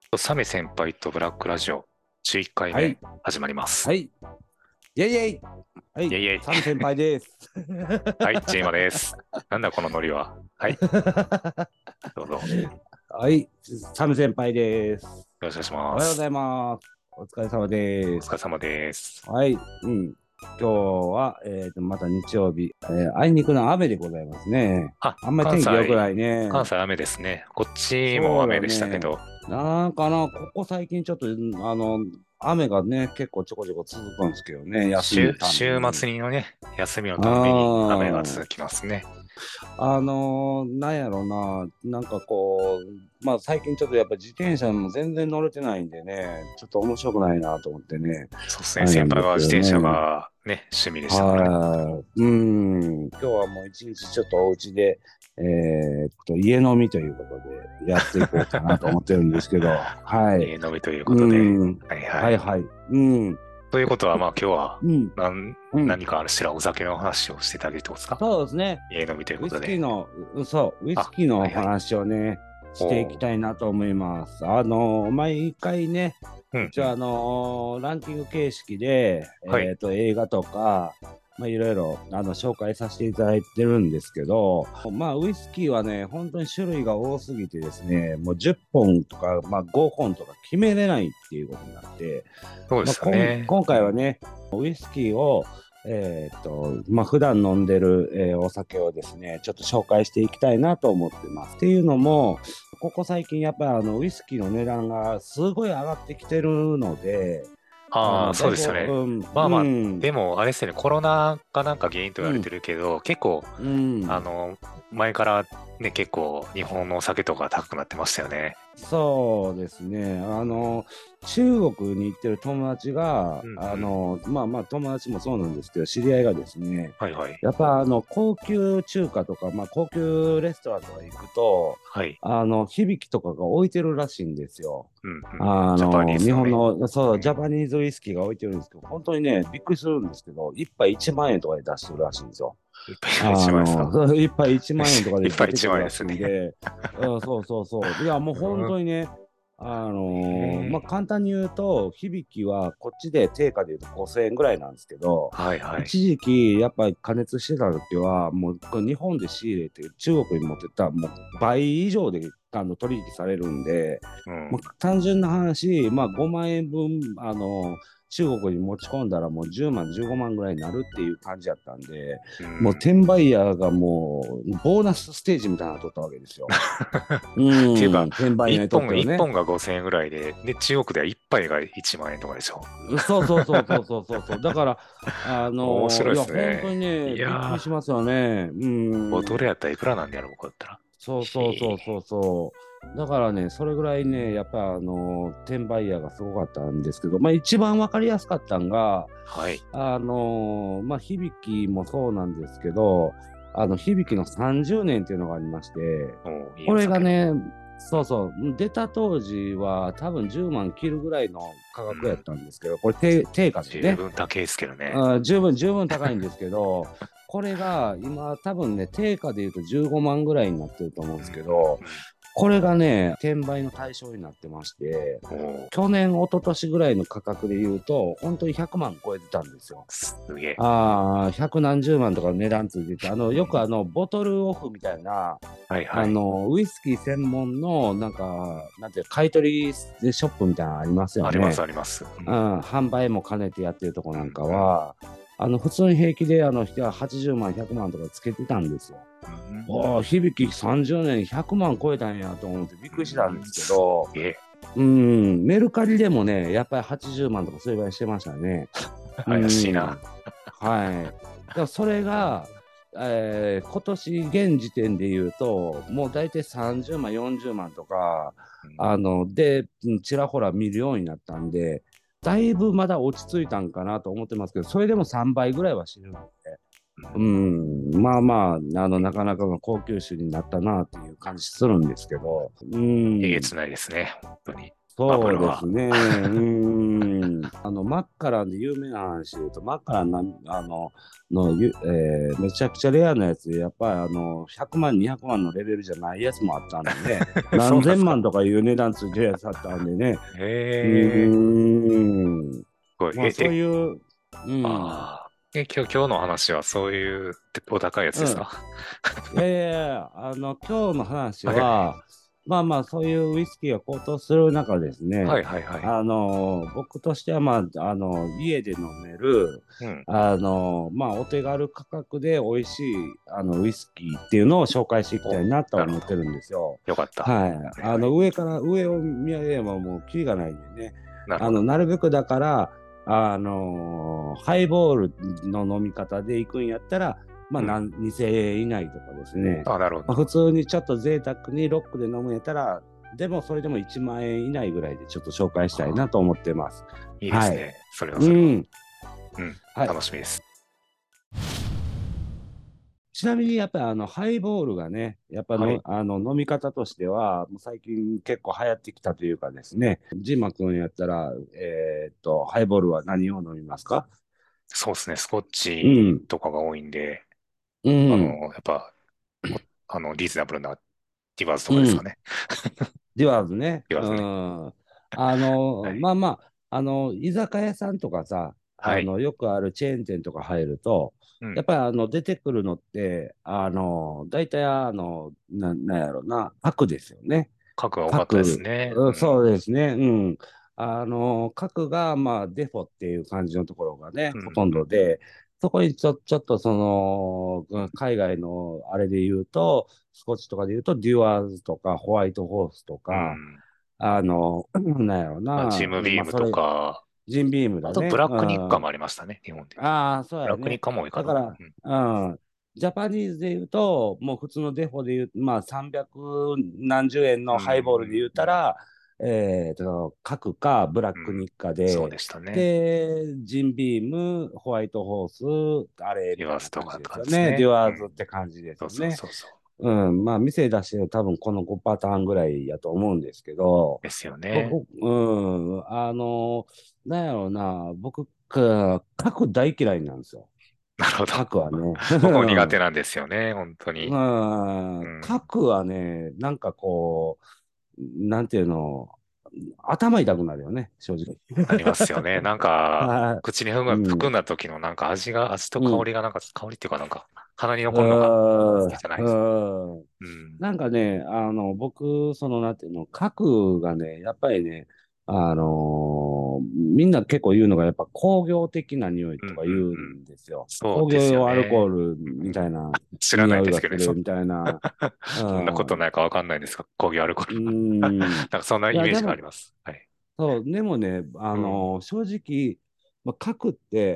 サメ先輩とブラックラジオ11回目はい、 始まります。 はい、イェイイェイ、はい、 イェイイェイ。 サム先輩です。 はい、ジェイマです。なんだこのノリは。はい、どうぞ。よはい、サム先輩です。 ろしくお願いします。 おはようございます。お疲れ様です。 お疲れ様です。 はい、今日は、また日曜日、あいにくの雨でございますね。 あ、 あんまり天気良くない関ね。 西雨ですね。こっちも雨そうよでしたけね。 ど、 なんかな、ここ最近ちょっと、雨がね、結構ちょこちょこ続くんですけどね、休みのたんび週に。 末にのね、休みのあたんびに雨が続ーきますね。 なんやろな、なんかこう、まあ最近ちょっとやっぱ自転車も全然乗れてないんでね、ちょっと面白くないなと思ってね、 そうですね、 あれな先輩んですけどは自転車ね。 がね、趣味でしたからね。 はい、今日はもう一日ちょっとお家で、家飲みということでやっていこうかなと思ってるんですけど、はい。 家飲みということで。 うん、 はいはい。 はいはい。 ということは、まあ今日はうん、うん。 何かあるしらお酒の話をしてたりってことですか？ そうですね。 家飲みというウイことで。 スキーの、ウイスあ、 キーのおはいはい。 話をね、していきおー。 たいなと思います。毎回ね、一応うんうん。 ランキング形式で、 はい。 映画とか、まあ、いろいろ紹介させていただいてるんですけど、まあ、ウイスキーはね、本当に種類が多すぎてですね、もう10本とか、まあ、5本とか決めれないっていうことになって、 そうでまあ、 すよね。 今うん。 回はね、ウイスキーを、まあ、普段飲んでる、お酒をですね、ちょっと紹介していきたいなと思ってます。っていうのも、ここ最近やっぱりウイスキーの値段がすごい上がってきてるので、 ああ、 だいぶ、 そうですよね。まあまあ、でもあれですよね、コロナがなんか原因と言われてうん、 るけど、結構、 うん。 あの、前からね、結構日本のお酒とか高くなってましたよね。 そうですね。中国に行ってる友達が、 うんうん。 まあまあ友達もそうなんですけど、知り合いがですね、 はいはい。 やっぱ高級中華とか、まあ高級レストランとか行くと、 はい。 響きとかが置いてるらしいんですよ。 うんうん。ジャパニーズ日のね。 本の、そう、ジャうん。 パニーズウイスキーが置いてるんですけど、本当にね、びっくりするんですけど、一杯1万円とかで出してるらしいんですよ。 いっぱい1万円ですか？ 一杯1万円とかでいっぱい1 出てくるら万円ですね。 しいんで、そうそうそう。いや、もう本うん。 当にね、まあ、 ええ、 簡単に言うと、響きはこっちで定価で言うと5000円ぐらいなんですけど、 はいはい。 一時期やっぱり加熱してた時は、もうこれ日本で仕入れて中国に持ってったらもう倍以上で取引されるんで、 うん。 まあ、単純な話、まあ、5万円分、中国に持ち込んだらもう10万、15万ぐらいになるっていう感じやったんで、 うん。 もう転売ヤーがもうボーナスステージみたいなの取ったわけですよ。 っていうか、 転売ヤーにとってはね。 一本が5000円ぐらいで、中国では一杯が1万円とかでしょ。 そうそうそうそうそうそうそう。だから、 面白いでいや、 すね。 本当にね、 いびっくりやしますよね。 ー、ボトルやったらいくらなんでやろ、僕だったら。 そうそうひそうそうそう。だからね、それぐらいね、やっぱ転売ヤーがすごかったんですけど、まあ一番わかりやすかったのが、 はい。 まあ響きもそうなんですけど、響きの30年っていうのがありまして、こいいお酒の。 れがね、そうそう、出た当時は多分10万切るぐらいの価格やっうん。 たんですけど、これ定価で十ね、 分高いですけどね。 十分高いんですけど、これが今多分ね、定価で言うと15万ぐらいになってると思うんですうんうんけど、これがね、転売の対象になってまして、 うん。 去年、一昨年ぐらいの価格で言うと、本当に100万超えてたんですよ。 すげえ。 百何十万とか値段ついてて、よくうん。 ボトルオフみたいな、 はいはい。 ウイスキー専門の、なんていう買い取りショップみたいなのありますよありますね。 あります。うん。 販売も兼ねてやってるとこなんかうん。 は、普通に平気で、人は80万、100万とかつけてたんですよ。 うん。 おー、響き30年100万超えたんやと思ってびっくりしたんですけすど、 げえ。 メルカリでもね、やっぱり80万とかそういう場合してましたね。う怪しいな。 ん、はい。だからそれが、今年現時点で言うと、もう大体30万、40万とか、 うん。 ちらほら見るようになったんで、だいぶまだ落ち着いたんかなと思ってますけど、それでも3倍ぐらいはしてるので、まあまあ、なかなかの高級酒になったなっていう感じするんですけど、 えげつないですね。本当に。 バブそうルは。 ですね。マッカランで有名な話で言うと、マッカランな、めちゃくちゃレアなやつで、やっぱり100万、200万のレベルじゃないやつもあったんでね、 そう何千なんですか。 万とかいう値段ついてるやつあったんでね、うええ、 ーん、 すごい。 まあそういう、 ああ。今日の話はそういう鉄砲高いやつですうん、 か？ いやいやいや、今日の話はいはい。 は、まあまあ、そういうウイスキーが高騰する中ですね、 はいはいはい。 僕としては、まあ、家で飲める、 うん。 まあ、お手軽価格で美味しい、ウイスキーっていうのを紹介していきたお、 いなとなるほど。 思ってるんですよ。 よかった。ははい。 いはい。 上を見上げればもうキリがないんでね。 なるほど。 なるべくだから、ハイボールの飲み方で行くんやったら、まあ、 うん。 2000円以内とかですね。 あ、なるほどまあ、 なるほど。 普通にちょっと贅沢にロックで飲むんやったら、でもそれでも1万円以内ぐらいでちょっと紹介したいなあと思ってます。 ー、いいではい。 すね。それはそれは。 うん。 うん。 はい。 楽しみです。 ちなみにやっぱりハイボールがね、やっぱの、 はい。 飲み方としては、もう最近結構流行ってきたというかですね、ジンマ君やったら、ハイボールは何を飲みますか？ そうですね。スコッうん。 チとかが多いんで、 うん。 やっぱ、リーズナブルなディバースとうん。 かですかね。 ディワーズね。うディバースね。 ん。 はい。 まあまあ、居酒屋さんとかさ、 はい。 よくあるチェーン店とか入ると、 うん。 やっぱり出てくるのって、大体なんやろな、核ですよね。 核が多かったです核、 ね。うん。 そうですね。うん。核が、まあ、デフォっていう感じのところがね、 うん。 ほとんうん。 どで、そこにちょっと海外のあれで言うと、スコッチとかで言うと、デュアーズとか、ホワイトホースとか、 うん。 なんやろまあ、ジな、まあ、 ムビームとそれ、 か、 ジンビームあとブだね。うラックニッカもん。 ありましたね、日本で。 ああ、そうブラックニッやね。 カも多いかな。 だから、 うん。 うん。ジャパニーズで言うと、もう普通のデフォで言う、まあ300何十円うん。 のハイボールで言ううん。 たら、角かブラッうん。 クニッカで、 そうでしたね。 で、ジンビーム、ホワイトホース、あれディみたいな感じバースとかってですよね。デ感じですね。 ュアーズうん。 って感じですそうそうよね。 そうそう。 うん。まあ店出してる多分この5パターンぐらいやと思うんですけど、 ですよね。 僕、うん、なんやろうな、僕、角大嫌いなんですよ。 なるほど。 核はね。 僕も苦手なんですよね、本当に。 うん、 うん。 核はね、なんかこう、なんていうの、頭痛くなるよね、正直。 ありますよね。なんか、 は口にい。うん。 含んだ時のなんか味とうん。 香りがなんか、香りっていうかなんか、鼻にう残るのが好きじゃないです。 ーん。 うん。 なんかね、僕、なんていうの、核がね、やっぱりね、みんな結構言うのが、やっぱ工業的な匂いうん、うん、 とか言ううん。 んですよ。工業そうですよ用アルコーね。 ルうん。 みたいな知らない匂いですけどね。 がするみたいな。うそんなことん。 ないかわかんないんですが、工業アルコーうル。なん。 んかそんないや、 イメージがありでも、 ます。はい。 でもね、 うん。 正直、まあ、核って、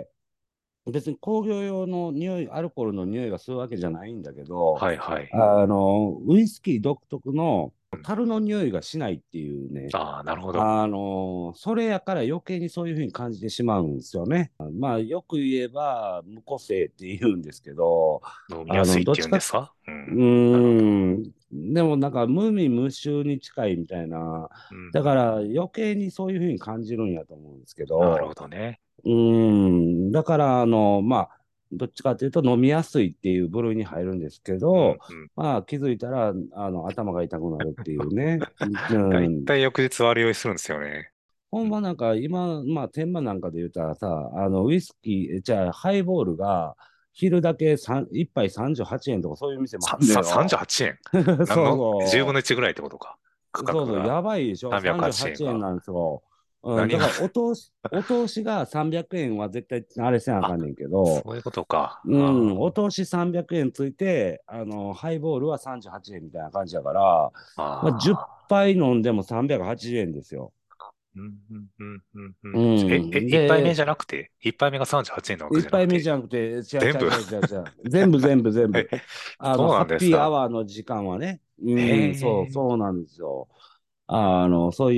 別に工業用の匂い、アルコールの匂いがするわけじゃないんだけど、 はいはい。 ウイスキー独特の樽の匂いがしないっていうね、 ああ、なるほど。 それやから余計にそういうふうに感じてしまうんですよね。まあ、よく言えば無個性って言うんですけど、 飲みやすいってどっちか、 言うんですか？ううん。なるほど。 ーん、でもなんか無味無臭に近いみたいな、 うん、うん。 だから余計にそういうふうに感じるんやと思うんですけなるど、 ほどね。 だから、まあ、どっちかというと飲みやすいっていう部類に入るんですけど、 うん、うん。 まあ、気づいたら、頭が痛くなるっていうね。うだいん。 たい翌日悪酔いするんですよね。うん。 ほんまなんか今、まあ、天満なんかで言ったらさ、ウイスキー、じゃあ、ハイボールが、昼だけ1杯38円とかそういう店もあんだ 38 よ。 円。 そう何の 10分その1ぐらいってことか。価う。そうそう、 格がやばいでしょ？ 308 38 円円が。 なんですよ。うん、 何がだからお通しが300円は絶対あれせなああ、 かんねんけど、 そういうことか。 うん、おあ通し300円ついて、ハイボールは38円みたいな感じだから、 あ、 まあ、10 ああ。 杯飲んでも380円ですよ。 うん、うん、うん、うん、ううん。 ん。 1杯目で、 じゃなくて、1杯目が38円なわけ一じゃなくて、 杯目じゃなくて、 全部違う。全部全部全え、 部。ハそうなんッピーアですか。 ワーの時間はね。 へうん、 え、 そうなんですよ。そういう、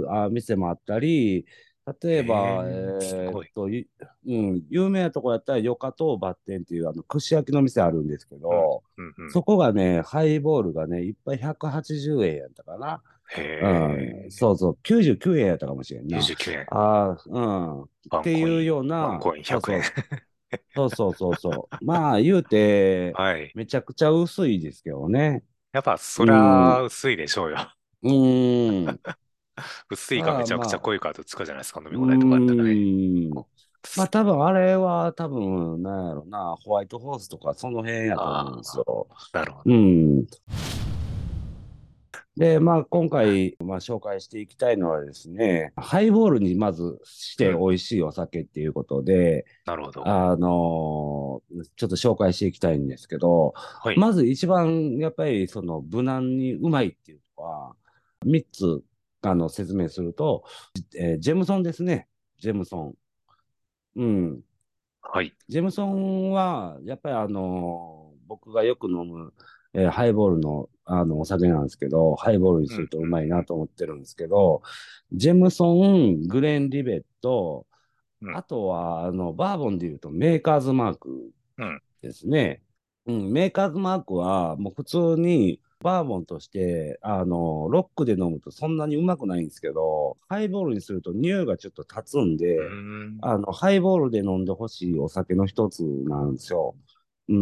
店もあったり、例えば、 へえ、すごい。 有名なとこやったら、ヨカトーバッテンっていう、串焼きの店あるんですけうん、 ど、 うん、うん。 そこがね、ハイボールがね、一杯180円やったかな。 うん、 へえ、 そうそう、99円やったかもしれんな。 99円。 ああ、うん。っていうワンコイン、 ような、 ワンコイン100円。 そうそう。まあ、言うて、 はい。 めちゃくちゃ薄いですけどね。 やっぱ、そりうん、 ゃ薄いでしょうよ。 うん。 薄いかめちゃくちゃまあまあ、 濃いかとつかじゃないですか、飲みう放題とかやったらね。 ん。まあ、多分あれは、多分、なんやろな、ホワイトホースとか、その辺やと思うんですああ、 よ。 なるほど。 うん。で、まあ、今回、まあ、紹介していきたいのはですね、ハイボールにまずしてうん、 美味しいお酒っていうことで、 なるほど。 ちょっと紹介していきたいんですけど、 はい。 まず一番やっぱりその無難にうまいっていうのは、3つ説明すると、ジェムソンですね。ジェムソン。うん。 はい。 ジェムソンは、やっぱり僕がよく飲む、ハイボールの、お酒なんですけど、ハイボールにうん、 するとううん、 まいなと思ってるんですけど、ジェムソン、グレンリベット、 うん、 あとは、バーボンで言うとメーカーズマークうん。 ですね。うん、メーカーズマークは、もう普通にバーボンとして、ロックで飲むとそんなにうまくないんですけど、ハイボールにすると匂いがちょっと立つんうーで、 ん、 ハイボールで飲んでほしいお酒の一つなんですよ。うん。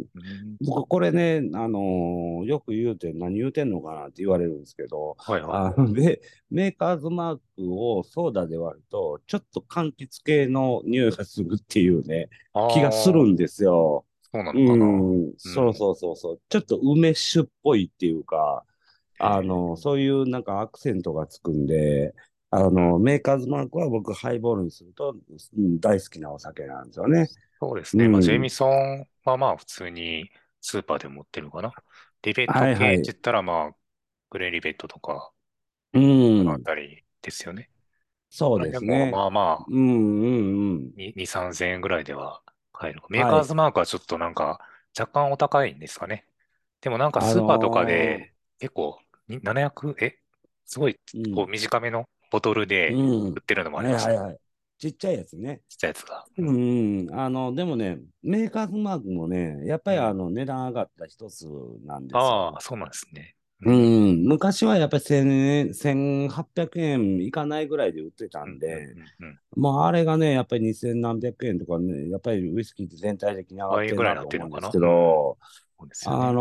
うん。 僕、これね、よく言うて何言うてんのかなって言われるんですけど、 はいはい。 メーカーズマークをソーダで割ると、ちょっと柑橘系の匂いがするっていうね、 あ気がするあ、 んですよ。 そうなうのかな。 ん、 うん。 そう。ちょっと梅酒っぽいっていうか、 へえ、 そういうなんかアクセントがつくんで、 うん。 メーカーズマークは僕ハイボールにすると、大好きなお酒なんですよね。 そうですね。まあ、ジェイうん。 ミソンはまあ、普通にスーパーでも売ってるのかな。リベット系ってはいはい。 言ったら、まあ、グレーリベットとか、 うこのあん。 たりですよね。 そうあれでも、 ですね。 まあまあ、 うん。 2、3000円ぐらいでは買える。メーはい。 カーズマークはちょっとなんか、若干お高いんですかね。でもなんかあスーパーとかので、結構、700、すごい、こうーうん。 短めのボトルでうん。 売ってるのもあはりましたね。 いはいはい。ちっちゃいやつね。 ちっちゃいやつが。うん。 うん。でもね、メーカーズマークもね、やっぱりうん。 値段上がった一つなんですああ、 よ。 そうなんですね。ううん。 ん。昔はやっぱり1000円、1800円いかないぐらいで売ってたうん、うん、 んで、 うん、うん。 もうあれがね、やっぱり2000何百円とかね、やっぱりウイスキーって全体的に上がってる倍ぐらいになっなと思うんですけてるのかな。うん。 ど、 そうですよね。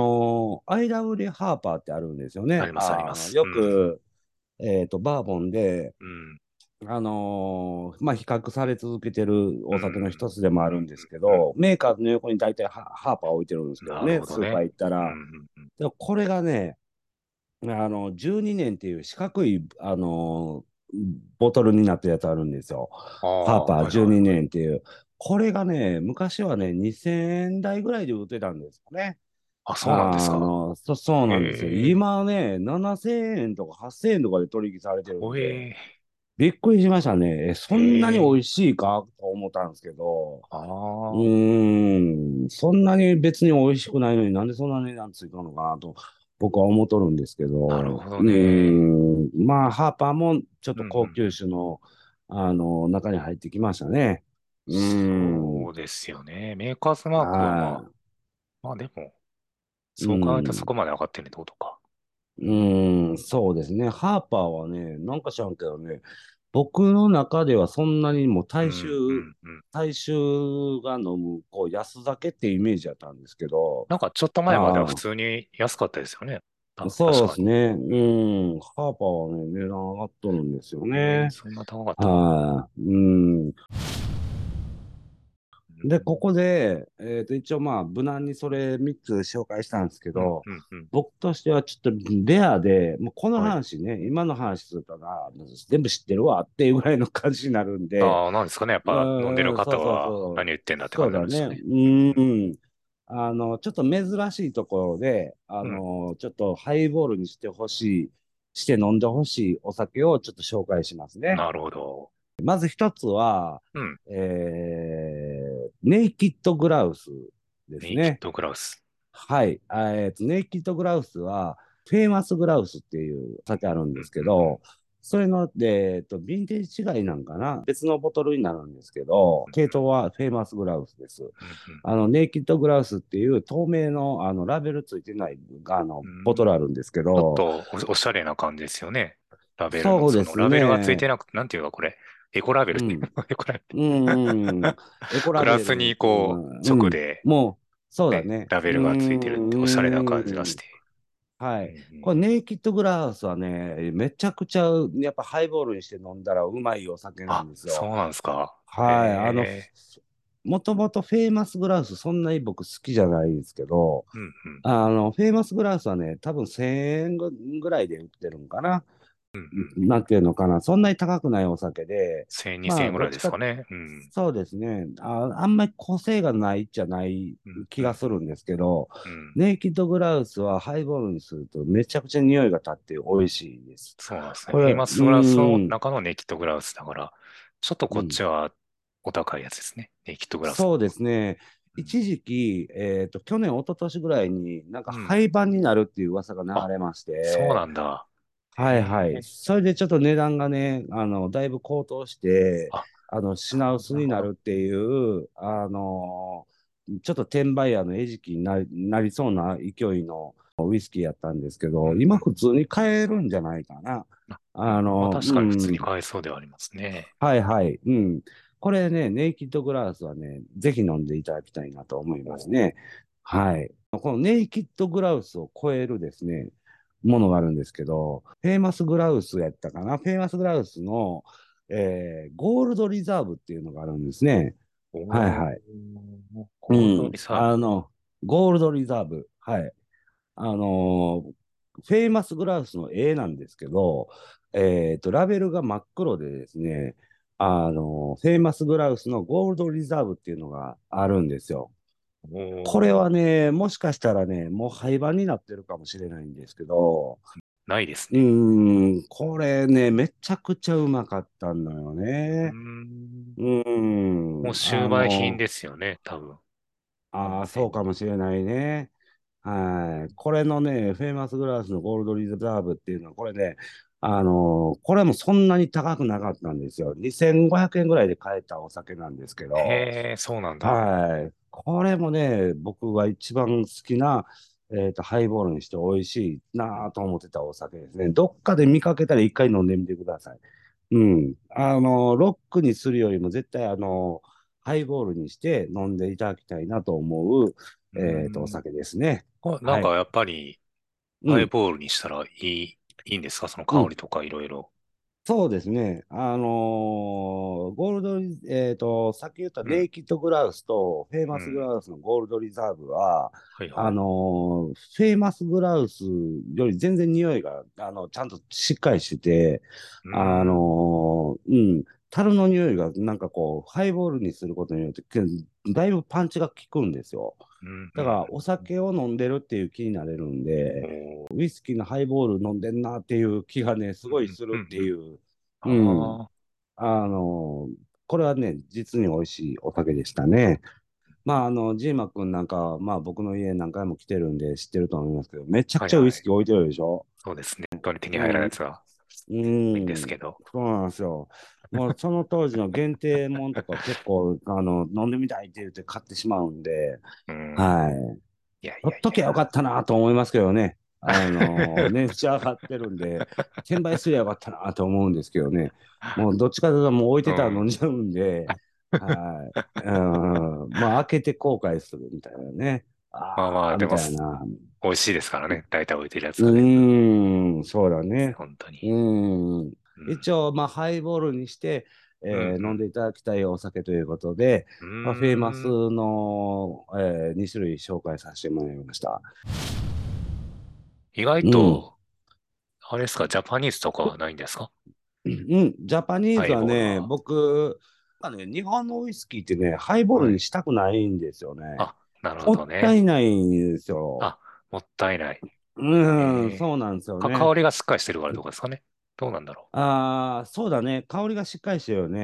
IW ハーパーってあるんですよね。 あります、あります。 ようん。 く、バーボンで、 うん。 まあ、比較され続けてるうん。 お酒の一つでもあうん。 るんですけうん。 ど、メーカーズの横に大体ハーパー置いてるんですけどなるね、 ほどね。 スーパー行ったうん。うら。 ん。うん。 でもこれがね、12年っていう四角い、ボトルになってるやつあるんですよ。 ああ、 ハーパー12 はいはい。 年っていう。これがね、昔はね、2000円台ぐらいで売ってたんですよね。 あ、そうなんですか。 そうなんですよ。 へえ。 今ね、7000円とか8000円とかで取引されてるんで、 ほえびっくりしましたね。 ー。 そんなにへえ。 美味しいかと思ったんですけど、 ああ、 そんなに別に美味しくないのになんでそんな値段ついたのかなと僕は思っとるんですけど、 なるほどね。 まあ、ハーパーもちょっうん。うん。 と高級うん。 種の、中に入ってきましたね。うーん、 そうですよね。メーカーズマークはまあ、 はまあでも、 い、うそう考えたらそん、 こまで上がってるってことか。うん。 そうですね。ハーパーはね、なんか知らんけどね、僕の中ではそんなにもううん。うん。うん。 大衆が飲む、こう、安酒ってイメージだったんですけど、 なんかちょっと前までは普あ通に安かったですよね。確そうでかに。 すね。 うん。 ハーパーはね、値段上がっとるんですよね。 そんな高かったか。 で、こうん。 こで、一応まあ、無難にそれ3つ紹介したんですけうん。 ど、 うん。うん。 僕としてはちょっとレアで、もうこのはい。 話ね、今の話すると全部知ってるわっていうぐらいの感じになるんで、 ああ、なんですかね。やっぱ飲んでるそうそう方はそう、 何言ってんだって感じそうだね。 なんですよね。 ちょっと珍しいところで、 うん。 ちょっとハイボールにしてほしい、して飲んでほしいお酒をちょっと紹介しますね。 なるほど。 まず一つは、 うん。 ネイキッドグラウスですね。 ネイキッドグラウス。 はい。ネイキッドグラウスは、フェイマスグラウスっていうお酒あるんうん。 ですけうん。うん。 ど、 それの、ヴィンテージ違いなんかな別のボトルになるんですけど、系統はフェイマスグラウスです。ネイキッドグラウスっていう透明の、ラベルついてない、ボトルあるんですけちょっど、 とおしゃれな感じですよね。ラベルの、 そうですラベルがついてね。 なくて、なんていうかこれ、エコラベルって、 うん。 エコラベル。 うん。エコグラベル、 ラスにこう、直で、 もう、そうだね、 ね。 ラベルがついてるっておしゃれな感じがして。 はい。 うんうんこれ、ネイキッドグラスはね、めちゃくちゃ、やっぱハイボールにして飲んだらうまいお酒なんあ、 ですよ。 そうなんですか。へはい。 え。 もともとフェイマスグラウス、そんなに僕好きじゃないですけど、 うんうん。 フェイマスグラウスはね、多分1000円ぐらいで売ってるんかな。 うんうん。 なんていうのかな。そんなに高くないお酒で、 1000、2000 まあ、 円ぐらいどっちか、 ですかね。うん。 そうですね。あんまり個性がないじゃないうん気うんがするんですけど、 うん。 ネイキッドグラウスはハイボールにするとめちゃくちゃ匂いが立って美味しいです。 そうなんですね。 これ、 フェイマスグラスの中のネイキッドグラウスだから、ちょっとこっうん。 ちはお高いやつですね。ネイキッドグラス。 そうですね。 うん。 一時期、去年、一昨年ぐらいになんかうん。 廃盤になるっていう噂があ、 流れましそうて、 なんだ。へはいはい。 え。 それでちょっと値段がね、だいぶ高騰して、 あ、なるほど、 品薄になるほど。 なるっていう、ちょっと転売ヤーの餌食になりそうな勢いのウイスキーやったんですけど、 うんうん。 今普通に買えるんじゃないかな。 うん。まあ確かに普通にうん。 買えそうではありますね。 はいはい。うん。これね、ネイキッドグラスはね、ぜひ飲んでいただきたいなと思いますね。はい。このネイキッドグラウスを超えるですね、ものがあるんですけど、フェイマスグラウスやったかなフェイマスグラウスの、ゴールドリザーブっていうのがあるんですね。はいおー、 はい。うゴールドリん。 ザーブ。 ゴールドリザーブ。はい。フェイマスグラウスの A なんですけど、ラベルが真っ黒でですね、フェイマスグラウスのゴールドリザーブっていうのがあるんですよ。これおー、 はね、もしかしたらね、もう廃盤になってるかもしれないんですけど、うないですね。 ーこれね、めちゃくちゃうまかったのようーね。 ん。もう終売品ですよね、多分。完そうか全に。 もしれないね。はい。これのね、フェイマスグラスのゴールドリザーブっていうのは、これね、これもそんなに高くなかったんですよ。2500円ぐらいで買えたお酒なんですけど、 へえ、そうなんだ。 はい。これもね、僕が一番好きな、ハイボールにして美味しいなぁと思ってたお酒ですね。どっかで見かけたら一回飲んでみてください。うん。ロックにするよりも絶対ハイボールにして飲んでいただきたいなと思う、 うーおん。 酒ですね。はい。 なんかやっぱり、 うん。 ハイボールにしたらいいんですか？そのうん。 香りとかいろいろ。 そうですね。ゴールドリ、さっき言ったうん。 ネイキッドグラウスとフェイマスグうん。 ラウスのゴールドリザーブは、 はいはい。 フェイマスグラウスより全然匂いが、ちゃんとしっかりしてて、 うーん。 樽の匂いがなんかこう、ハイボールにすることによって、だいぶパンチが効くんですよ。 うん。うだから、おん。 酒を飲んでるっていう気になれるんで、 おー。 ウイスキーのハイボール飲んでんなっていう気がね、すうん。 ごいするってうん。うん。 いう、うん。 ああ。 あの、これはね、実に美味しいお酒でしたね。まあ、ジーマくんなんか、まあ僕の家何回も来てるんで知ってると思いますけど、めちゃくちゃウイはいはい。 スキー置いてるでしょ。 そうですね。本当に手に入らないやうん、 つが多いんでうん、 すけど。 そうなんですよ。もうその当時の限定もんとか結構、飲んでみたいって言って買ってしまうんで、 うん。 はい。 いやい取っときゃよかやいや。 ったなと思いますけどね。値打ち上がってるんで、転売すりゃよかったなと思うんですけどね。もうどっちかというともう置いてたら飲んうん。 じゃうんで、はい。まあ開けて後悔するみたいなね。 まあまあ、 ああ、みでもたいな。 美味しいですからね。大体置いてるやつうが全部。 そうだね。 本当に。 うん。 うん。 一応、まあハイボールにして、 うん。 飲んでいただきたいお酒ということで、 うまあ、フェイマスん。うーん。 の、2種類紹介させてもらいました。 意外うん。 と、あれですか、ジャパニーズとかはないんですか？ うん、ジャパニーハイズはね、 ボールは。 僕、日本のウイスキーってね、ハイボールはい。 にしたくないんですよね。 あ、なるほもったどね。 いないんですよ。 あ、もったいない。 そえうなんですよー、香ね。 りがしっかりしてるからとかですかね。どうなんだろそうだね。香りがしっかりしてるよね。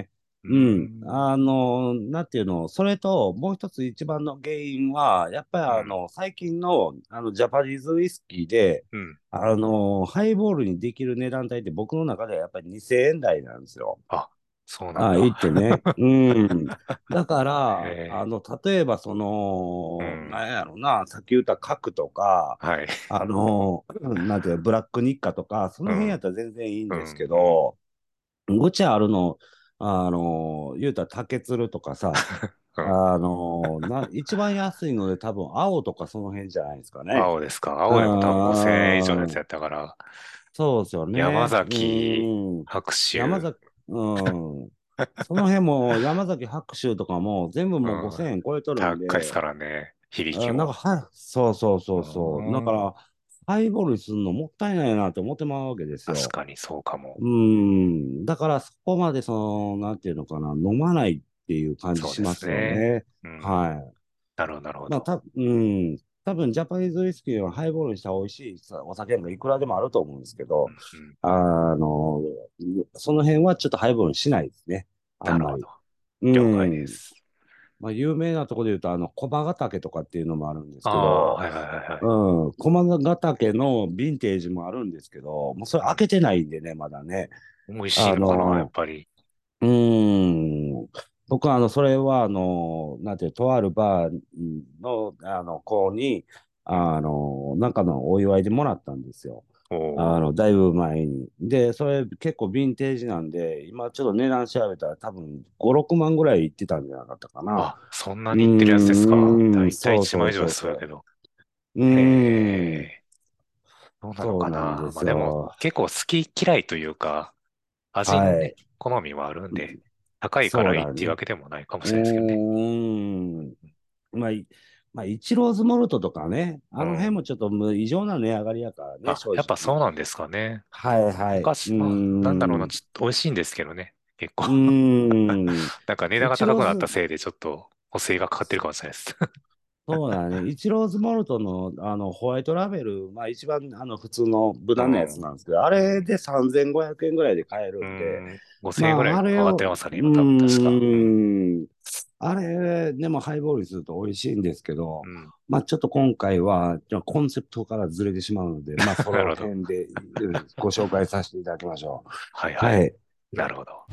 うーうん。 ん。 なんていうの、それと、もう一つ一番の原因は、やっぱりうん。 最近の、ジャパニーズウイスキーで、 うん。 ハイボールにできる値段帯って僕の中ではやっぱり2000円台なんですよ。 あ、そうなんあ、言だ。 ってね。うん。だかへら、 え。 例えばうん。 なんやろな、さっき言った角とか、 はい。 なんていうのブラック日課とか、その辺やっうん。 たら全然いいんうですけん。 ど、ごちゃあるの、言うたら竹鶴とかさ、 うん。 一番安いので多分青とかその辺じゃないですかね。 青ですか。 う青でも多分5000円以上のやつーん、 やったから、 そうですよ山ね。 崎白州。 山崎、うん。その辺も山崎白州とかも全部もううん。 5000円超えとるんで、 高いですからね。響きなんか、 も。 そうそううそうそう。だかーん。 ら、ハイボールにするのもったいないなって思ってまうわけですよ。 確かにそうかも。 だからそこまでなんていうのかな、飲まないっていう感じそうでしますよすね。 ね。 うん。 はい。 なるほど、なるほまあ、 ど。 多分ジャパニーズウイスキーはハイボールにしたら美味しいお酒もいくらでもあると思うんですけど、 うんうん。 あの、その辺はちょっとハイボールにしないですね。あんまり。 なるほど。 う了解でん。 す。 まあ、有名なところで言うと、駒ヶ岳とかっていうのもあるんですああ、 けど、 はいはいはいはい。 駒ヶ岳のヴィンテージもあるんですけど、もうそれうん。 開けてないんでね、まだね。 美味しいあのかな、やっの、 ぱり。 うーん。僕は、それは、なんていう、とあるバーの、子に、 うん。 なんかのお祝いでもらったんですよ。 おお。 だいぶ前に。で、それ結構ヴィンテージなんで、今ちょっと値段調べたら多分5、6万ぐらいいってたんじゃなかったかな。 あ、そんなにいってるやつですか。だいたい1 そうそう万以上はそうそするけど。 う。 へん。 え。どうなのそうかな。 なんでまあでも、 すよ。 結構好き嫌いというか、味のね、 はい。 好みはあるんで、高いからいいっていうわそうだね。 けでもないかもうしれないですけどね。 ーん。まあ、イチローズモルトとかね、あの辺うん。 もちょっともう異常な値上がりやからね、 あ、 正やっぱそう直。 なんですかね。 はいはい。 昔、まあ、なんだろうな、ちょっと美味しいんですけどね。結構うーん。 なんか値段イが高くなったチローズ、 せいでちょっと補正がかかってるかもしれないです。 そうだね。イチローズモルトの、ホワイトラベル、まあ一番普通の無難なやつうん。 なんですけど、あうん。 れで3500円ぐらいで買えうるんで、 ん。5000円ぐまあらい上あれを、 がってますね、今多分確か。うん。 あれでもハイボールにすると美味しいんですけど、 うん。 まあちょっと今回はコンセプトからずれてしまうので、まあそのなるほど。 辺でご紹介させていただきましょう。 はいはい。 はい。 なるほど。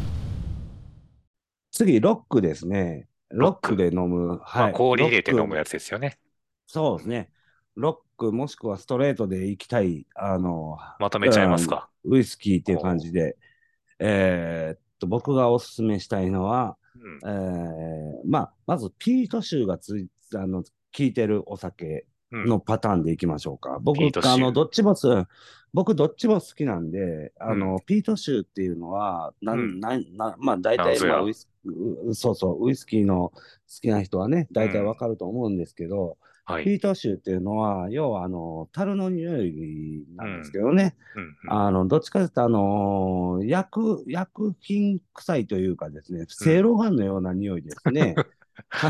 次、ロックですね。 ロック。 ロックで飲む。 まあ、 はい。 氷入れて飲むロック、 やつですよね。うん。 そうですね。ロックもしくはストレートで行きたい、 まとめちゃいますか。 ウイスキーっていう感おー。 じで、僕がおすすめしたいのは、 うん。 まあ、まずピート臭が効いてるお酒うん。 のパターンでいきましょうか。 ピート臭。 僕どっちも好きなんで、 うん。 ピート臭っていうのは、 うん。 まあ、大体、まあ、 なんぞや。 そうそう、ウイスキーの好きな人はね、大体わうん。 かると思うんですけど、 はい。 ピート臭っていうのは、要は、樽の匂いなんですけうん。 どね、 うん。 どっちかというと、薬品臭いというかですね、 うん。うん。 せいろがんのような匂いですね。はい。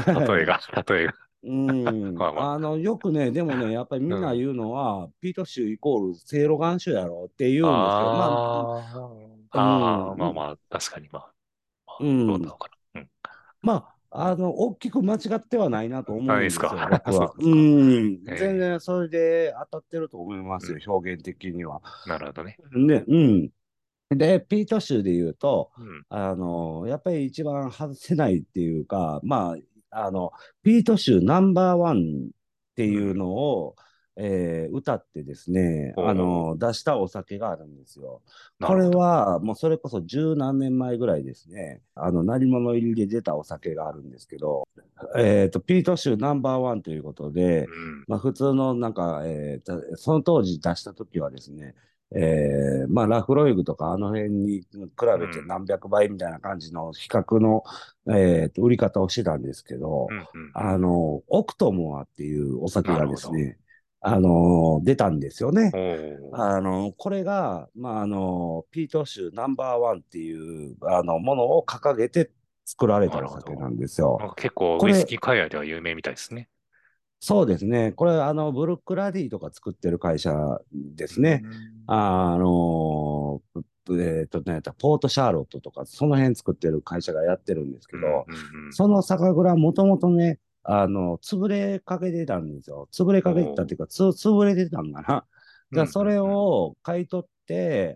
例えが、例えが。まあまあ。 よくね、でもね、やっぱりみうん。 んな言うのは、ピート臭イコールせいろがん臭やろって言うんですけど、まあ、 ああ、まあまあ、確かにまあ、まあ、どうだうん、 ろうかな。うん。 まあ、大きく間違ってはないなと思何ですうんですよ、 か。 僕そうは。 ですか。 全え然それで当たってると思いますよ、 うん。 表現的には。 なるほどね。 で、で、ピート州で言うと、 うん。 やっぱり一番外せないっていうか、まあ、ピート州ナンバーワンってうん。 いうのを、歌ってですね、 おお、 出したお酒があるんですよ。これなるほど。 は、もうそれこそ十何年前ぐらいですね、鳴り物入りで出たお酒があるんですけど、ピート州ナンバーワンということで、 うん。 まあ、普通のなんか、その当時出した時はですね、まあ、ラフロイグとかあの辺に比べてうん。 何百倍みたいな感じの比較の、売り方をしてたんですけど、 うん。うん。うん。 オクトモアっていうお酒がなるほど。 ですね、出たんですよね。 おお、 これが、まあ、ピート州ナンバーワンっていう、ものを掲げて作られたなるほど。 お酒なんですよ。 なんか結構ウイスこれ、 キー界隈では有名みたいですね。 そうですね。これ、ブルックラディとか作ってる会社でうすね。 ん。 あの、 ポートシャーロットとか、その辺作ってる会社がやってるんですけうん、 ど、 うん、 その酒蔵もともとね、潰れかけてたんですよ。潰れうん。 かけてたっていうか、潰れてたんかな。 うん、うん、 じゃあ、それうん。 を買い取って、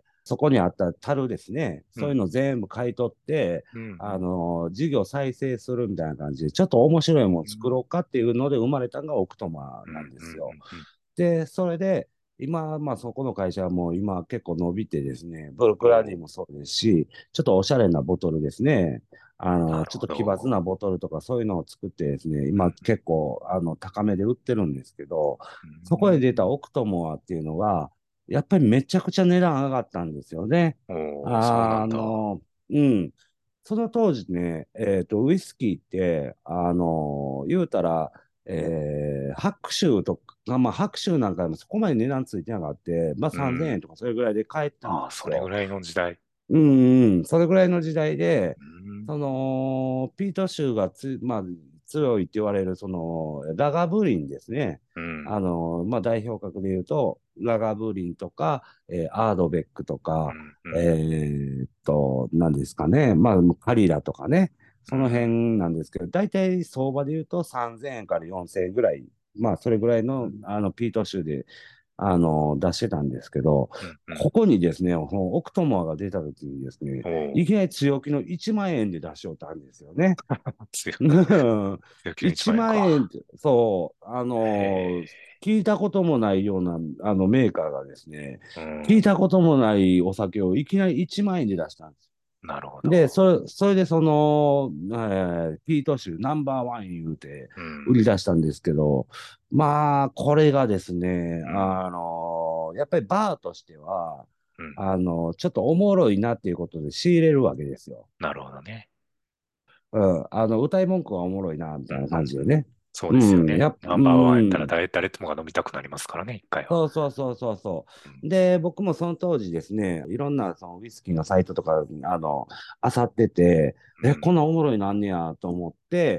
そこにあった樽ですね。 うん、 そういうの全部買い取って、 うん、 事業再生するみたいな感じで、ちょっと面白いものうん、 作ろうかっていうので生まれたのがオクトマうん、 なんですよ。 うん。 で、それで、今、まあそこの会社はもう今結構伸びてですね、ブルクラディおー、 もそうですし、ちょっとおしゃれなボトルですね。ちょっなるほと奇抜ど。 なボトルとかそういうのを作ってですね、 うん、 今結構高めで売ってるんですけど、 うそこで出たん。 オクトモアっていうのが、やっぱりめちゃくちゃ値段上がったんですよね。 おー、そうなんだ。 あの、うん。その当時ね、ウイスキーって、言うたら、白州とか、まあ白州なんかでもそこまで値段ついてなかった、まあ3000 うん。 円とかそれぐらいで買えたんああ、 ですよ。 それぐらいの時代。 うんうん、それぐらいの時代で、 うん、 その、ピート州がまあ、強いって言われる、その、ラガブリンですね。 うん、 まあ、代表格で言うと、ラガブリンとか、アードベックとか、 うん、うん、 何ですかね。まあ、カリラとかね。そのうん、 辺なんですけど、大体相場で言うと3000円から4000円ぐらい、まあ、それぐらいの、 うん、 ピート州で出してたんですけど、 うん、うん。 ここにですね、このオクトモアが出た時にですね、 おー、 いきなり強気の1万円で出しよったんですよね。 強、強気の一 1 万円か。 万円って、そう、 へ聞いたこともないようなメーカーがですね、 え、う聞いん、 たこともないお酒をいきなり1万円で出したんです。 なるほで、 ど。 それでその、ピート州ナンバーワン言うてうん、 売り出したんですけど、まあ、これがですね、 うん、 やっぱりバーとしては、 うん。 ちょっとおもろいなっていうことで仕入れるわけですよ。 なるほどね。 うん、歌い文句はおもろいな、みうん、 たいなうん、うん。 感じでね。 そううですよね。ナンバーワンやったらん、 誰ともが飲みたくなりますからね、一回は。 そうん、 う。で、僕もその当時ですね、いろんなそのウイスキーのサイトとか、漁ってて、こんうん、 なおもろいなんねやと思って、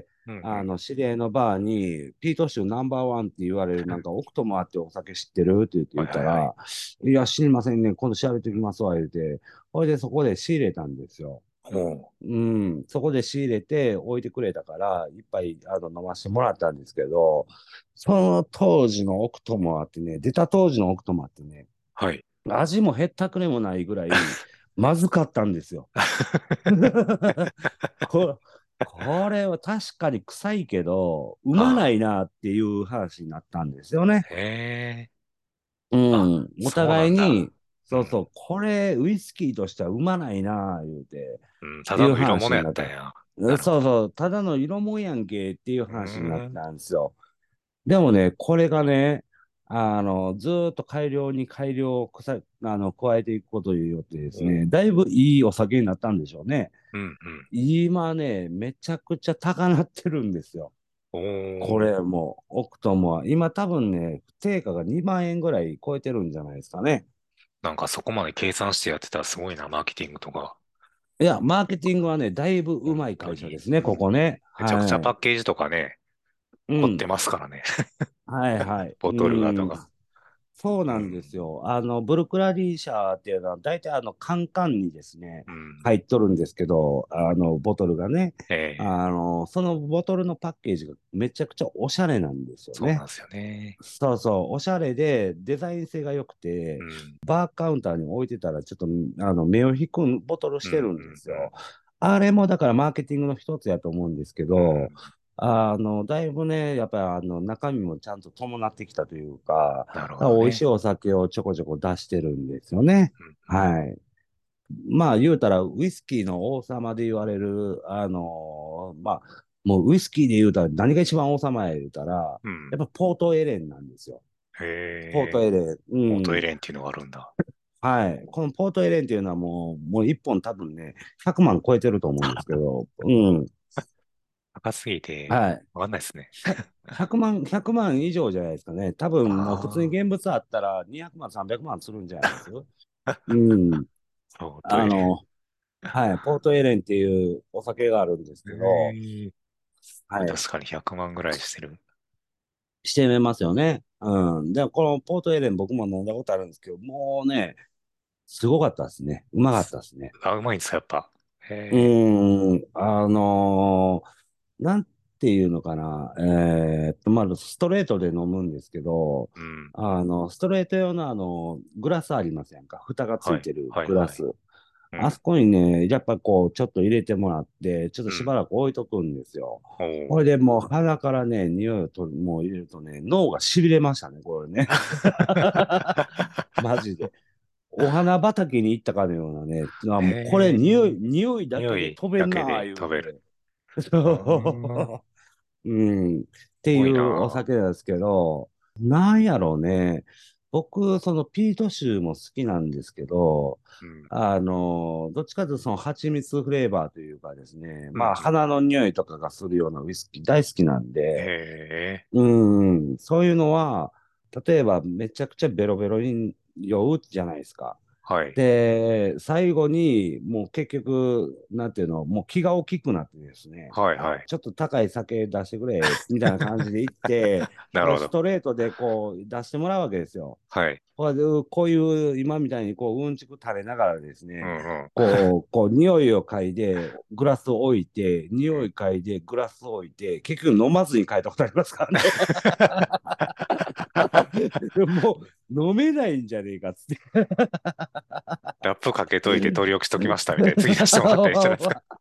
うん、うん。 知り合いのバーに、ピート州ナンバーワンって言われる、なんか、オクトマってお酒知ってるって言はいはいはい。 ったら、いや、知りませんね、今度調べておきますわ、言うて、ほいでそこで仕入れたんですよ。 おー、 うん、そこで仕入れて置いてくれたから、一杯飲ませてもらったんですけど、その当時のオクトモアってね、出た当時のオクトモアってね、 はい。 味もへったくれもないぐらい、まずかったんですよ。こ、これは確かに臭いけど、うまなあいなっていう話になったんですよね。 あ、へえ。 うあ、 ん。おそうなんだ。 互いに、 うん。 これウイスキーとしてはうまないな、言うて、 うん、たっていうだの色物話になった。 やったんや。なるほど。 ただの色もんやんけっていうう話になっーん。 たんですよ。でもね、これがね、ずーっと改良に改良を加えていくことによってですおう、 ね、だいぶいいお酒になったんでしょうね。 うん、うん。 今ね、めちゃくちゃ高なってるんですよ。 おこー、 れも、オクトモは。今多分ね、定価が2万円ぐらい超えてるんじゃないですかね。 なんかそこまで計算してやってたらすごいな、マーケティングとか。 いや、マーケティングはね、だいぶう本まい当に。 会社ですね、ここね。 めちゃくちゃはい。 パッケージとかね、 うん。 凝ってますからね。 はいはい。 ボトルがとか。 そうなんですうん、 よ。ブルクラリー社っていうのは、大体カンカンにですね、 うん。 入っとるんですけど、ボトルがね、 ええ、 そのボトルのパッケージがめちゃくちゃおしゃれなんですよね。 そうなんですよね。 そうそう、おしゃれでデザイン性が良くて、 うん、 バーカウンターに置いてたら、ちょっと、目を引くボトルうん、うん、 してるんですうん。 よ。あれもだからマーケティングの一つやと思うんですけど、 うんだいぶね、やっぱり中身もちゃんと伴ってきたというか、 なるほだから美味しいどね。 お酒をちょこちょこ出してるんですよね。 うん、 はい。まあ言うたら、ウイスキーの王様で言われる、まあ、もうウイスキーで言うたら何が一番王様や言うたら、 うん。 やっぱポートエレンなんですよ。 へポートえ、 エレン。 オートうん。 エレンっていうのがあるんだ。 はい。このポートエレンっていうのはもう一本多分ね、100万超えてると思うんですけど、うん。 高すぎて、 はい。 わかんないですね。 100万以上じゃないですかね。多分もう普通にあ現物あったら200万、300万するんじゃないですうん。 あ、オートエレン。 あの、はい。ポートエレンっていうお酒があるんですけど、 へえ、 はい。 確かに100万ぐらいしてる。 してみますよね。うん。で、このポートエレン僕も飲んだことあるんですけど、もうね、 すごかったですね。うまかったですね。 あ、うまいんですか、やっぱ。へうえ。 ーん、なんていうのかな、まあ、ストレートで飲むんですけど、 うん。 ストレート用のグラスありませんか？蓋がつはい。 いてるはい、はい。 グラス。 うん。 あそこにね、やっぱこう、ちょっと入れてもらって、ちょっとしばうん。 らく置いとくんですよ。 おこれー。 でもう鼻からね、匂いを取る、もう入れるとね、脳が痺れましたね、これね。マジで。お花畑に行ったかのようなね、 へもうこれ匂い、 え。 匂いだけで匂い飛べんなあ、 だけで言うて。 食べる。ああ、 うん。ってい多いうおな酒なんですけど、なんやろうね。僕、そのピート臭も好きなんですけど、 ぁ。うん。 どっちかというとその蜂蜜フレーバーというかですね、 うん。うまあ、 ん。 花の匂いとかがするようなウイスキー大好きなんへで、 え。 そういうのは、例えばめちゃくちゃベロベロに酔うじゃないですか。 はい。 で、最後に、もう結局、なんていうの、もう気が大きくなってですね、 はい、はい。 ちょっと高い酒出してくれ、みたいな感じで行って、 なるほど。 ストレートでこう出してもらうわけですよ。 はい。 これでこういう今みたいにこううんちく垂れながらですね、 うん、うん。 こう匂いを嗅いでグラスを置いて、匂いうん。 嗅いでグラスを置いて、結局飲まずに帰ったことありますからね。もう飲めないんじゃねえかっつって。 ラップかけといて取り置きしときましたみたいな。次出してもらったらいいじゃないですか。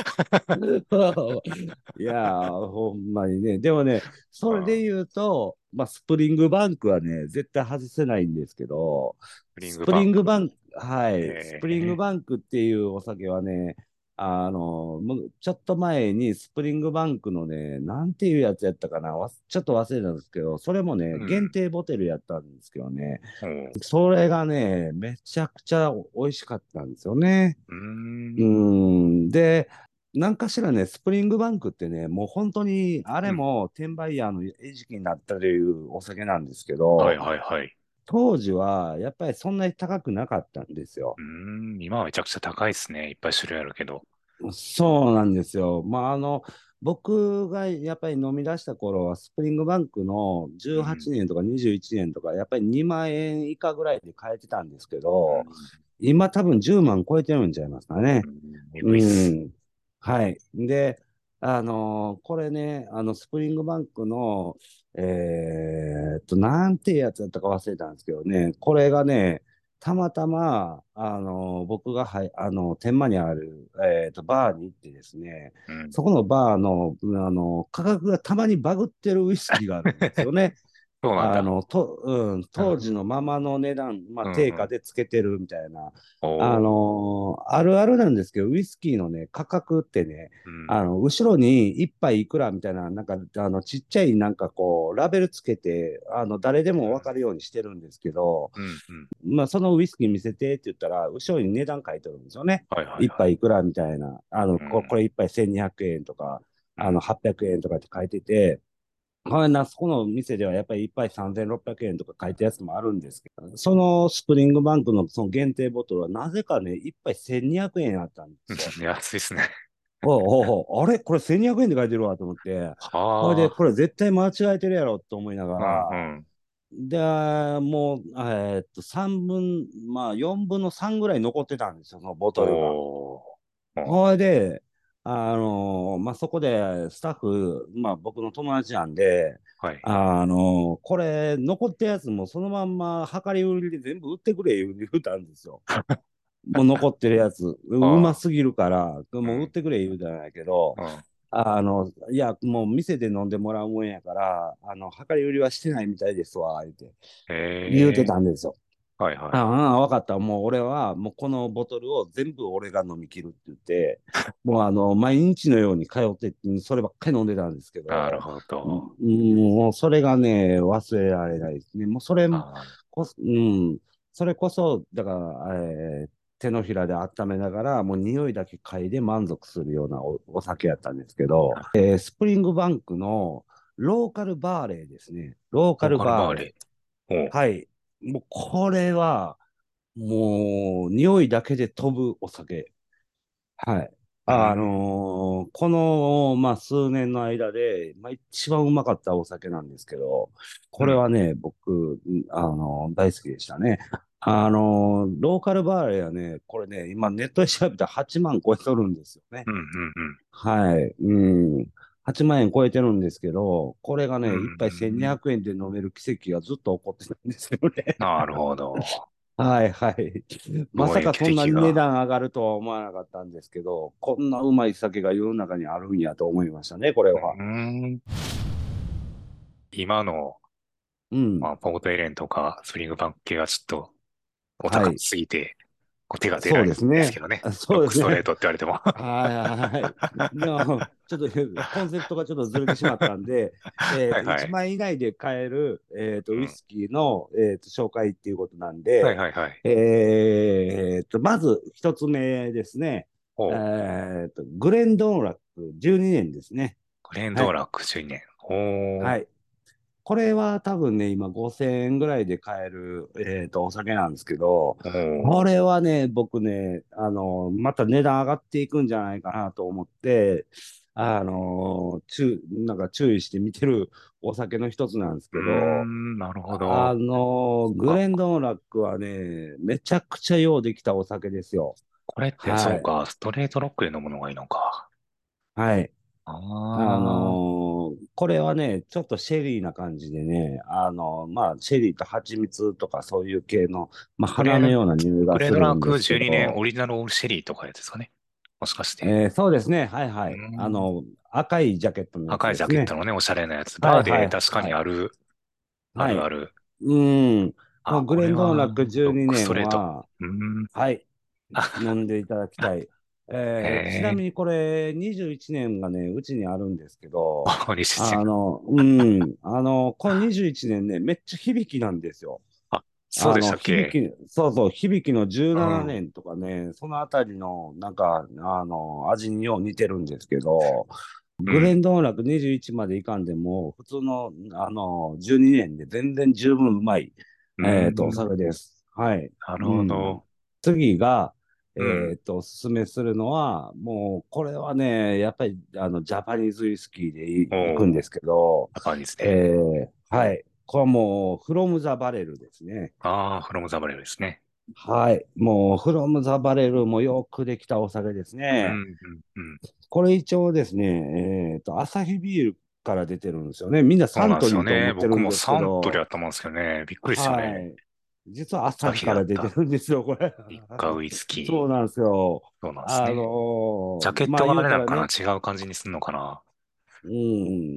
いやー、ほんまにね。でもね、それでああ、 言うと、まあ、スプリングバンクはね、絶対外せないんですけど、 スプリンスプリグバンク。 ングバンク、はい、スプリングええ。 バンクっていうお酒はね、ちょっと前にスプリングバンクのね、なんていうやつやったかな、ちょっと忘れたんですけど、それもね、限うん。 定ボトルやったんですけどね、 おう。 それがね、めちゃくちゃ美味しかったんですよね。 うーん。 で、なんかしらね、スプリングバンクってね、もう本当に、あれうん。 も転売ヤーの餌食になったというお酒なんですけはい、 ど、 はい、はい。 当時はやっぱりそんなに高くなかったんですよ。 うーん。今はめちゃくちゃ高いですね。いっぱい種類あるけど。 そうなんですよ。まあ、僕がやっぱり飲み出した頃は、スプリングバンクの18 うん。 年とか21年とか、やっぱり2万円以下ぐらいで買えてたんですけうど、 ん。 今多分10万超えてるんちゃいますかね。 うん。えうぐいっす。 ん。はい。で、これね、スプリングバンクの、なんていうやつだったか忘れたんですけどね、これがね、たまたま、僕がはい、天満にある、バーに行ってですね、 うん。 そこのバーの、価格がたまにバグってるウイスキーがあるんですよね。 そうなんだ。 当時のままの値段、まあ、 うん、 定うん。 価でつけてるみたいな、 おー。 あるあるなんですけど、ウイスキーのね、価格ってね、 うん。 後ろに一杯いくらみたいな、なんか、ちっちゃいなんかこう、ラベルつけて、誰でもわかるようにしてるんですけど、 うん、うん。 まあ、そのウイスキー見せてって言ったら、後ろに値段書いてるんですよね。 はい、はい、 一はい。 杯いくらみたいな。こうん。 れ一杯1200円とか、 うん。 800円とかって書いてて、そこの店ではやっぱり一杯3600円とか書いたやつもあるんですけど、そのスプリングバンクのその限定ボトルはなぜかね、一杯1200円あったんですよ。 いや、熱いっすね。 あれこれ1200円で書いてるわと思って、ほいで、 はあ。 これ絶対間違えてるやろと思いながうん、うら、 ん。 で、もう、3分、まあ4分の3ぐらい残ってたんですよ、そのボトルが。 おー。お。 ほいで、まあ、そこでスタッフ、まあ、僕の友達なんで、 はい。 これ、残ったやつもそのまんま量り売りで全部売ってくれ言うたんですよ。もう残ってるやつ、うまあすぎるから、 あ。うもう売っん。 てくれ言うたんやけど、 うん。 いや、もう店で飲んでもらうもんやから、量り売りはしてないみたいですわ、言うてええ。 たんですよ。 はい、はい。 わかった。もう俺は、もうこのボトルを全部俺が飲み切るって言って、もう毎日のように通って、そればっかり飲んでたんですけど、 なるほど。 もうそれがね、忘れられないですね。もうそれああ。 こそ、それこそ、だから、手のひらで温めながら、もう匂いだけ嗅いで満足するようなお酒やったんですけど、スプリングバンクのローカルバーレーですね。ローカロールカルバーレバーレー。おー。はい。もうこれは、もう、匂いだけで飛ぶお酒。はい。 う。うーん。 この、まあ、数年の間で、まあ、一番うまかったお酒なんですけど、こうん。 れはね、僕、大好きでしたね。 ローカルバーレーはね、これね、今ネットで調べたら8万超えとるんですよね。 うん、うん、 はい。うん。8万円超えてるんですけど、これがうん。うね、一杯ん、 1200円で飲める奇跡がずっと起こってたんですよね。 なるほど。 はいはい。 すごいまさかそんなに値奇跡が。 段上がるとは思わなかったんですけど、こんなうまい酒が世の中にあるんやと思いましたね、これうは。 ん。今の、 うん。 まあ、ポートエレンとかスプリングバンク系はちょっとお高はい。 すぎて、こう手が出なそういんですね。 ですけどね。 あロッそうですね。 クストレートって言われても。 はいはいはい。でも、ちょっとコンセプトがちょっとずれてしまったんで、1 はいはい。 万円以内で買える、ウイうん。 スキーの、紹介っていうことなんはいで、 はいはい。 まず一つ目ですね。 おう。 グレンドーンラック12年ですね。 グレンはい。 ドーラック12年。おー。 はい。これは多分ね、今5000円ぐらいで買える、お酒なんですけど、 おー。 これはね、僕ね、また値段上がっていくんじゃないかなと思って、なんか注意して見てるお酒の一つなんですうーけど、 ん、なるほど。そっか。 グレンドーンラックはね、めちゃくちゃようできたお酒ですよ。 これってそはい。 うか、ストレートロックで飲むのがいいのか。 はい。 あこれはね、ちょっとシェリーな感じでね、まあ、シェリーと蜂蜜とかそういう系の、まあ、 グレン、 花のような匂いがグレンすドラックるんですけ 12年オど、 リジナルオールシェリーとかいうやつですかね。もしかして。 そうですね、はいうーはい。 ん。 赤いジャケットのやつ赤いジャですね。 ケットのね、おしゃれなやつ。バーはいはいで確かはい。 にある、あはい。 るある。 うん。こあ、 のグこれレンドーンラッはク12 ロックスト年レート。 は、 うーん。 はい、飲あ、 んでいただきたい。 へちなみえ。 にこれ21年がね、うちにあるんですけど、 あ、西地。 この21年ね、めっちゃ響きなんですよ。 あ、そうでしたっけ？ そうそう、響きの17 うん。 年とかね、そのあたりの、なんか、味によう似てるんですけど、グレンうん。 ドーンラック21までいかんでも、普通の、12年で全然十分うまい、 うーおん。 酒です。はい。 なるうん。 ほど。 次が、 うん。 おすすめするのは、もう、これはね、やっぱり、ジャパニーズウイスキーで行くんおー、 ですけど、 ジャパニーズで。 はい。これはもう、フロムザバレルですね。 ああ、フロムザバレルですね。 はい。もう、フロムザバレルもよくできたお酒ですね。 うん、うん、うん。 これ一応ですね、アサヒビールから出てるんですよね。みんなサンそうなんでトリーと思すよね。 ってるんですけ僕もサントリーど、 だと思うんですけどね。びっくりですよね。 はい。実はアサ朝ヒから出て日だった。 るんですよ、これ。 日課ウイスキー。 そうなんですよ。 そうなんですね。ジャケッまあトがあれなんかな？ 言うたらね、 違う感じにすんのかな？ うん、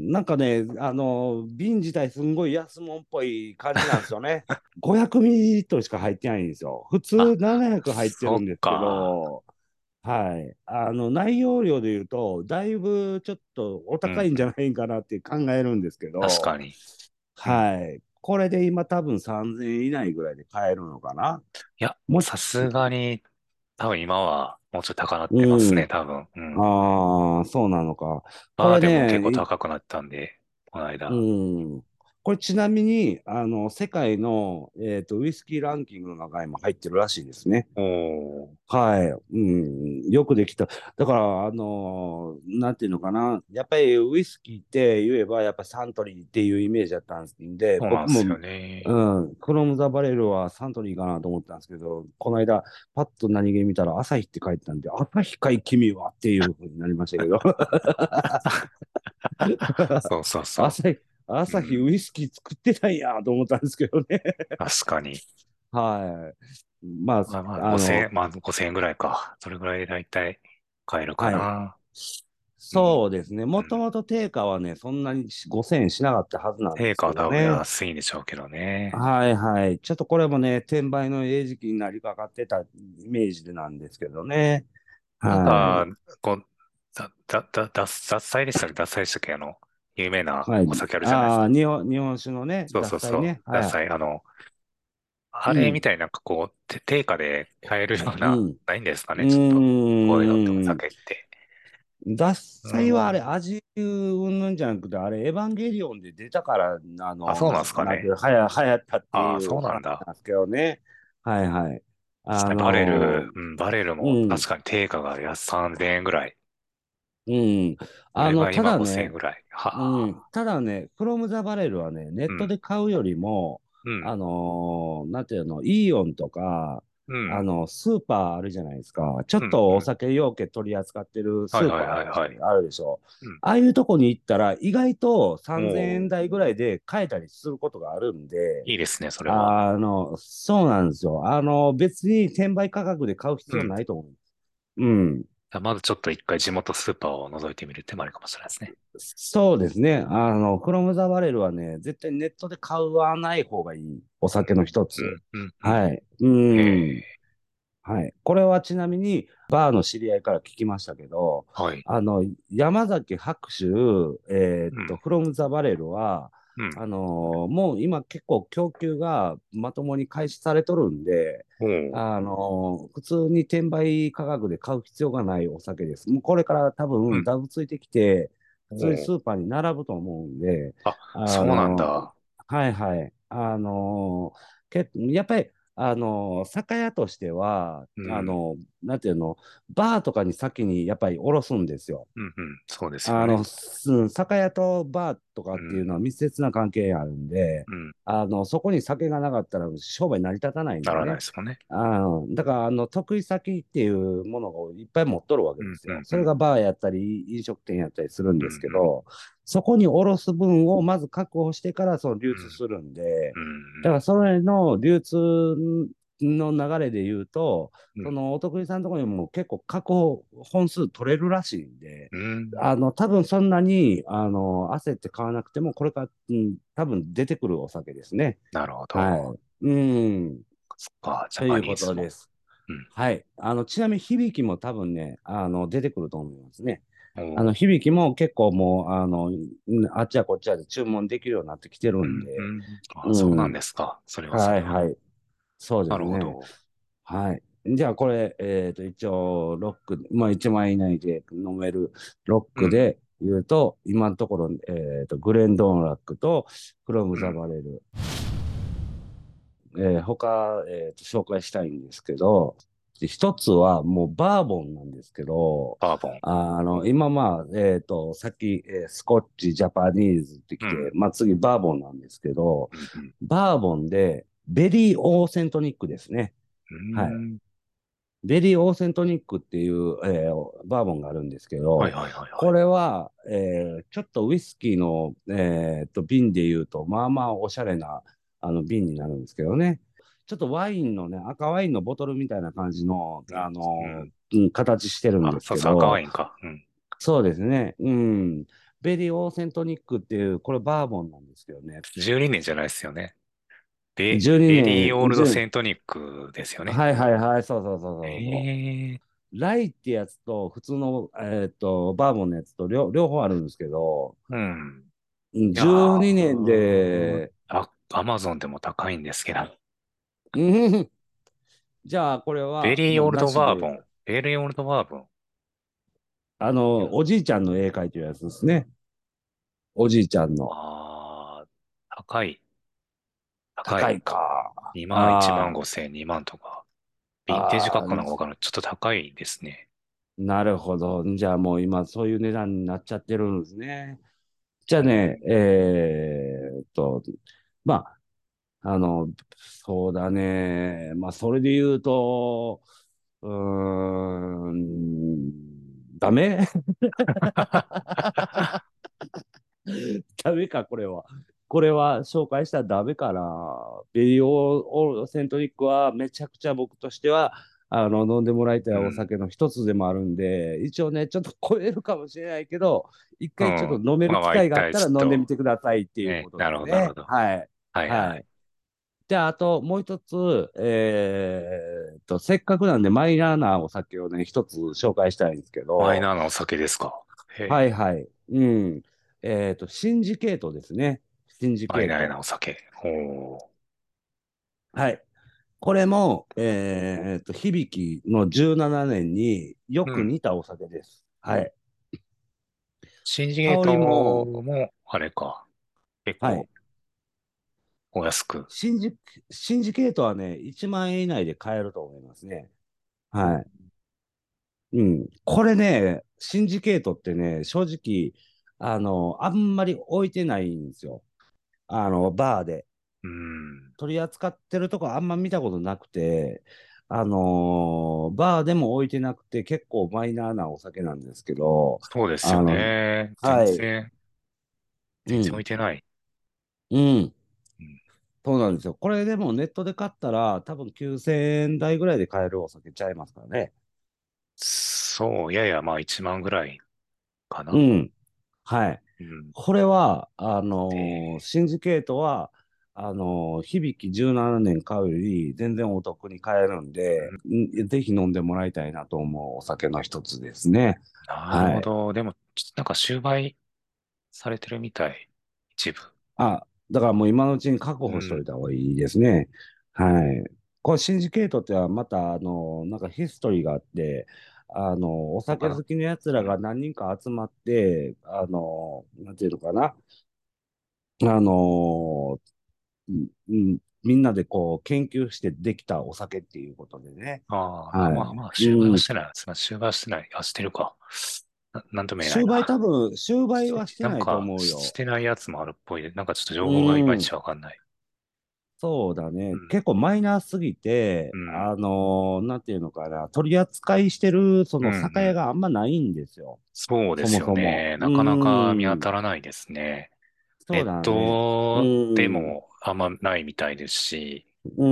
なんかね、瓶自体すんごい安物っぽい感じなんですよね。500ミリリットルしか入ってないんですよ。普通あ、 700入ってそっるんですけか。 ど、はい。内容量で言うと、だいぶちょっとおうん、 高いんじゃないかなって考えるんですけど、 確かに。うん。 はい。これで今多分3000円以内ぐらいで買えるのかな。 いや、 もし、 さすがに、多分今はもうちょっと高なってますね、 うん。 多分。うん。 ああ、そうなのか。こバーでも結れね、 構高くなったんで、このう間。 ん。これちなみに、世界の、ウイスキーランキングの中にも入ってるらしいですね。 おー。 はい。うん。よくできた。だから、なんていうのかな。やっぱりウイスキーって言えば、やっぱサントリーっていうイメージだったんで、僕も、 そうなんですよね。 うん、クロムザバレルはサントリーかなと思ったんですけど、この間、パッと何気見たら、朝日って書いてたんで、朝日かい君はっていうふうになりましたけど。 そうそうそ朝日、 う。う朝日ん。 ウイスキー作ってたんやと思ったんですけどね。 確かに。 はい。まあ、 まあまあ、5000円、まあ5000円ぐらいか。それぐらいでだいたい買えるかはい。 な。うん。 そうですね。もとうん。 もと定価はね、そんなに5000円しなかったはずなんですけ定価は多分どね。 安いんでしょうけどね。 はいはい。ちょっとこれもね、転売の餌食になりかかってたイメージでなんですけどね。 なんか、 はい。 こう、獺祭でしたっけ？獺祭でしたっけ？有名なはい。 お酒あるじゃないですああ、 か。 日本酒のね、 そう獺そうそう。 祭ね。はい。 獺祭。あうん。 れみたいになんかこう、定価で買えるような、 うん。 ないんですかうね、ちょっと。こういうのっておーん。 酒って。 獺う祭はあれ、 ん。 味うんぬんじゃなくて、あれ、エヴァンゲリオンで出たから、 あ、そうなんですかね。 なんていう、流行ったってあ、 いうそうなんだ。 話なんですけどね。はいはい。 確かにバレルもうん、 確かに定価が3000円ぐらい。 うん。 それが今ただ 5000円ね、 ぐらい。はうあ。 ただね、フロムザバレルはね、ネッうん。 トで買うよりも、 うん。 なんていうの、イオンとか、 うん。 スーパーあるじゃないですか。ちょうん。 っとおうん。 酒容器取り扱ってるスーはいはいパーあるじゃない、 はいはい。 あるでしょ。 うん。 ああいうとこに行ったら、意外と3000 おー、 円台ぐらいで買えたりすることがあるんで、 いいですね、それは。 そうなんですよ。別に転売価格で買う必要うん。 ないと思うんです。うん。 まずちょっと一回地元スーパーを覗いてみる手もあるかもしれないですね。 そうですね。フロムザバレルはね、絶対ネットで買わない方がいいお酒の一つ。 うん。うん。うん。 はい。うへん。 え。 はい。これはちなみに、バーの知り合いから聞きましたけど、 はい。 山崎白州、 うん。 フロムザバレルは、 うん。 もう今結構供給がまともに開始されとるんで、 おー。 普通に転売価格で買う必要がないお酒です。もうこれから多うん。 分ダブついてきて、普お通にー。 スーパーに並ぶと思うんで、 あ、 あそうなんのだ。 はいはい。やっぱり、酒屋としては、 うん。 なんていうの、バーとかに先にやっぱり卸すんですよ。 うん。うん。そうですよね。 酒屋とバーとかうん。 っていうのは密接な関係あるんで、 うん。 そこに酒がなかったら商売成り立たないんならないでね。 ですもんね。 だから、得意先っていうものをいっぱい持っとるわけうん。 ですよ。 うん。うん。 それがバーやったり、飲食店やったりするんうん。 ですけど、そこに卸す分をまず確保してからその流うん。 通するんで、 うん。 だからそれの流通の流れで言うと、 うん。 そのお得意さんのところにも結構確保本数取れるらしいんで、 うん。 多分そんなに、焦って買わなくても、これから、多分出てくるお酒ですね。 なるほはど。 い。 そっか、ジャパというニーズも。 ことです。 うん。 はい。ちなみに響きも多分ね、出てくると思いますね。 おー。 響きも結構もう、あっちやこっちやで注文できるようになってきてるうん。うんで、 ん。あ、そうなんうん。 ですか。それはそれは。 はいはい。そうでなすね。 るほど。 はい。じゃあ、これ、一応、ロック、まあ、1万円以内で飲めるロッうん。 クで言うと、今のところ、グレンドーンラックとクロムザうん。 バレル、他、紹介したいんですけど、一つはもうバーボンなんですけど、 バーボン。 今まあ、さっき、スコッチ、ジャパニーズってきて、 うん。 まあ次バーボンなんですけど、 うん。うん。 バーボンでベリーオーセントニックですね。 うはい。 ん。 ベリーオーセントニックっていう、バーボンがあるんですけど、 はいはいはいはこい。 れは、ちょっとウイスキーの、瓶で言うと、まあまあおしゃれな瓶になるんですけどね。ちょっとワインのね、赤ワインのボトルみたいな感じの、 うん。うん。 形してるんあ、 ですそうそう、赤ワけど、 インか。うん。 そうですね。うん。ベリーオーセントニックっていう、これバーボンなんですけどね。 12年じゃないですよね。 12 ベリーオー年、 ルドセントニックですよね。 はいはいはい、そうそうそうそうそう。 ええ。 ライってやつと普通の、バーボンのやつと両方あるんですけど、 うん。 12年で、 アマゾンでも高いんですけど。 うん、じゃあこれはもうベリーオールなしで、 ドバーボン。ベリーオールドバーボン。いや、 おじいちゃんの絵描いてるやつですね。おじいちゃんの。 ああ、高い。高い。 高いか。 2万、1万あ 5千、2万とか。ヴィンテージ価あ、 格なんかわからない。ちょっと高いですね。 なるほど。じゃあもう今そういう値段になっちゃってるんですね。じゃあね、 うん。 まあ、そうだね。まあ、それで言うと、ダメダメか、これは。これは紹介したらダメかな。ベリオセントリックはめちゃくちゃ僕としては、飲んでもらいたいおうん。 酒の一つでもあるんで、一応ね、ちょっと超えるかもしれないけど、一うん。 回ちょっと飲める機まあまあ、一回会があったらちょっと、 飲んでみてくださいっていうことなるほど、なるほですね。 ど。 はい。 はいはい。 はい。で、あと、もう一つ、せっかくなんでマイナーなお酒をね、一つ紹介したいんですけど、 マイナーなお酒ですか。へえ。 はいはい。うん。シンジケートですね。シンジマイナーケート。 なお酒。おー。 はい。これも、響きの17年によくうん。 似たお酒です。はい。 シンジゲー香りトも、 も、あれか。結構、 はい。 お安く。 シンジ、シンジケートはね、1万円以内で買えると思いますね。はい。うん。これね、シンジケートってね、正直、あんまり置いてないんですよ。バーで。 うん。 取り扱ってるとこあんま見たことなくて、バーでも置いてなくて、結構マイナーなお酒なんですけど、 そうですよあの、 ね。全はい、 然、全然置いうん、 てない。 うん、 うん、 そうなんですよ。これでもネットで買ったら、多分9000円台ぐらいで買えるお酒ちゃいますからね。 そう、ややまあ1万ぐらいかな。 うん、はい。 うん。 これは、 で、 シンジケートは、響き17年買うより全然お得に買えるんで、ぜひ飲んでもらいたいなと思うお酒の一つですね。 なるはい。 ほど。でも、ちょっとなんか収売されてるみたい。一部。 あ、だからもう今のうちに確保しというん。 た方がいいですね。はい。これシンジケートってはまた、なんかヒストリーがあって、お酒のかな。 好きの奴らうん。 が何人か集まって、なんていうのかな。あの、みんなでこう研究してできたお酒っていうことでね。 ああ、 はい。 まあまあ、収売うん。 はしてない。すみません、収売はしてない。あ、してるか。なんとも言えないな。 終売はしてないとなんか、 思うよ。 してないやつもあるっぽい。なんかちょっと情う報がいまいん。 ちわかんない。 そうだね。 うん。 結構マイナーすぎて、 うん。 なんていうのかな。取り扱いしてる、そうん。 の酒屋うん。 があんまないんですよ。そそうですもそも。 よね。 うなかなか見当ん。 たらないですね。ネそうッだね。うトでん。 もあんまないみたいですし、 うん。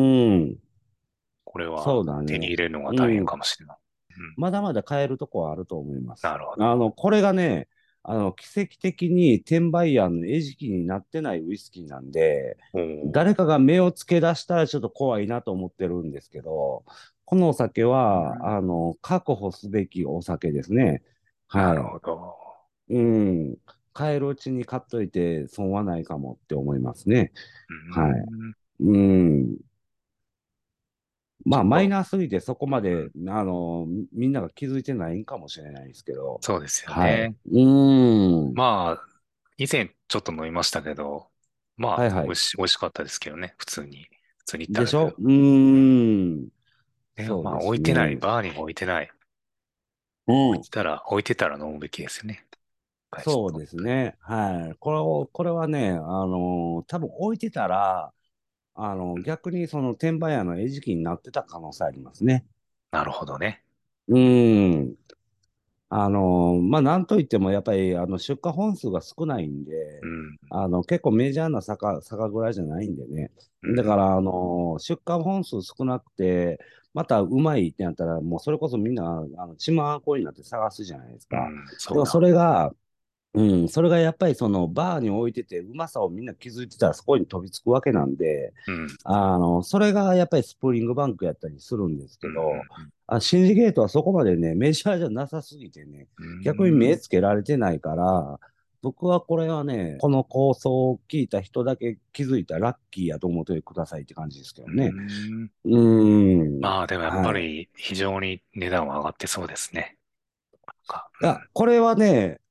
これはそうだね。 手に入れるのが大変うん。 かもしれない。うん。 まだまだ買えるとこはあると思います。 なるほど。 これがね、奇跡的に転売ヤーの餌食になってないウイスキーなんで、 おー。 誰かが目をつけ出したらちょっと怖いなと思ってるんですけど、このお酒は、 うん。 確保すべきお酒ですね。 なるはい。 ほど。 うん。買えるうちに買っといて損はないかもって思いますね。 うはい。 ん。 うん。まあ、マイちょっと、 ナーすぎてそこまで、 うん。 みんなが気づいてないんかもしれないですけど、 そうですよはい。 ね。 うーん。 まあ、以前ちょっと飲みましたけど、まあ、 はいはい。 美味しかったですけどね。普通に言ったらだけど。 でしょううん。 ーん。 まあ、 そうで置いてない。 すね。 バーにも置いてない。 うん。 置いてたら飲むべきですよね。返しそうと。 ですね。はい。これはね、多分置いてたら、逆にその転売屋の餌食になってた可能性ありますね。 なるほどね。 うーん。まあ、なんといっても、やっぱり、出荷本数が少ないんで、 うん。 結構メジャーな酒蔵じゃないんでね。 うん。 だから、出荷本数少なくて、またうまいってなったら、もうそれこそみんな、血まんこになって探すじゃないですか。 うん。 でも、 そうだ。 それがやっぱりそのバーに置いてて、うまさをみんな気づいてたらそこに飛びつくわけなんで、 うん。 それがやっぱりスプリングバンクやったりするんですうん。 けど、 うん。 シンジゲートはそこまでね、メジャーじゃなさすぎてね、 う逆に目ん。 つけられてないから、僕はこれはね、この構想を聞いた人だけ気づいたラッキーやと思ってくださいって感じですけどうね。 ん。 うーん。 まあ、でもやっぱはい。 り非常に値段は上がってそうですね。 いや、これはね、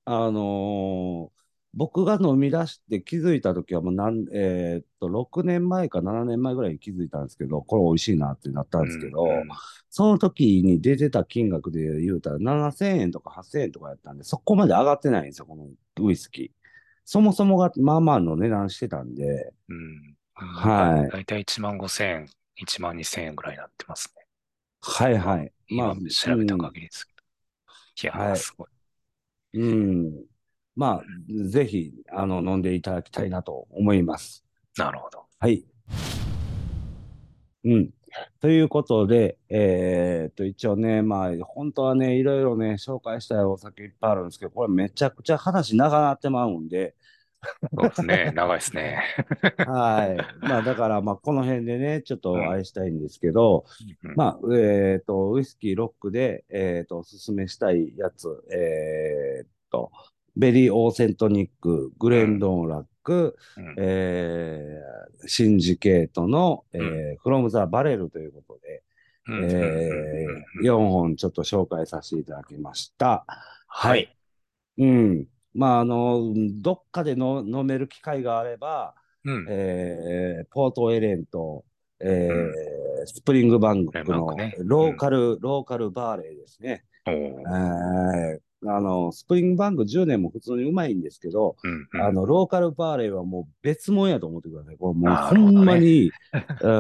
僕が飲み出して気づいた時はもう6年前か7年前ぐらいに気づいたんですけど、これ美味しいなってなったんですけうん。うど、 ん。 その時に出てた金額で言うたら7000円とか8000円とかやったんで、そこまで上がってないんですよ、このウイスキー。そもそもがまあまあの値段してたんで、 うん。うん。なんか、 はい。 だいたい1万5千円、1万2千円ぐらいになってますね。今、 はいはい。まあ、 今調べたうん。 限りですけど。いやー、 はい。 すごい。 うん。まあ、ぜひ、飲んでいただきたいなと思います。 なるほど。 はい。うん。ということで、一応ね、まあ、本当はね、いろいろね、紹介したいお酒いっぱいあるんですけど、これめちゃくちゃ話長なってまうんで、 そうですね。長いですね。 はい。まあ、だから、まあ、この辺でね、ちょっうん。 と愛したいんですけど、 うん。 まあ、ウイスキーロックで、おすすめしたいやつ、ベリーオーセントニック、グレンうん。 ドンラック、 うん。 シンジケートの、 うん。 フロムザバレルということで、 うん。うん。うん。うん。うん。 4本ちょっと紹介させていただきました。はい。 はい。 うん。まあ、どっかで飲める機会があれば、 うん。 ポートエレンと、 うん。 スプリングバンデンクのマークね。うん。 ローカルバーレーですね。 おー。 スプリングバンク10年も普通にうまいんですけど、 うんうん。 ローカルバーレーはもう別物やと思ってください。これもうなほるほどね。 んまに、うん、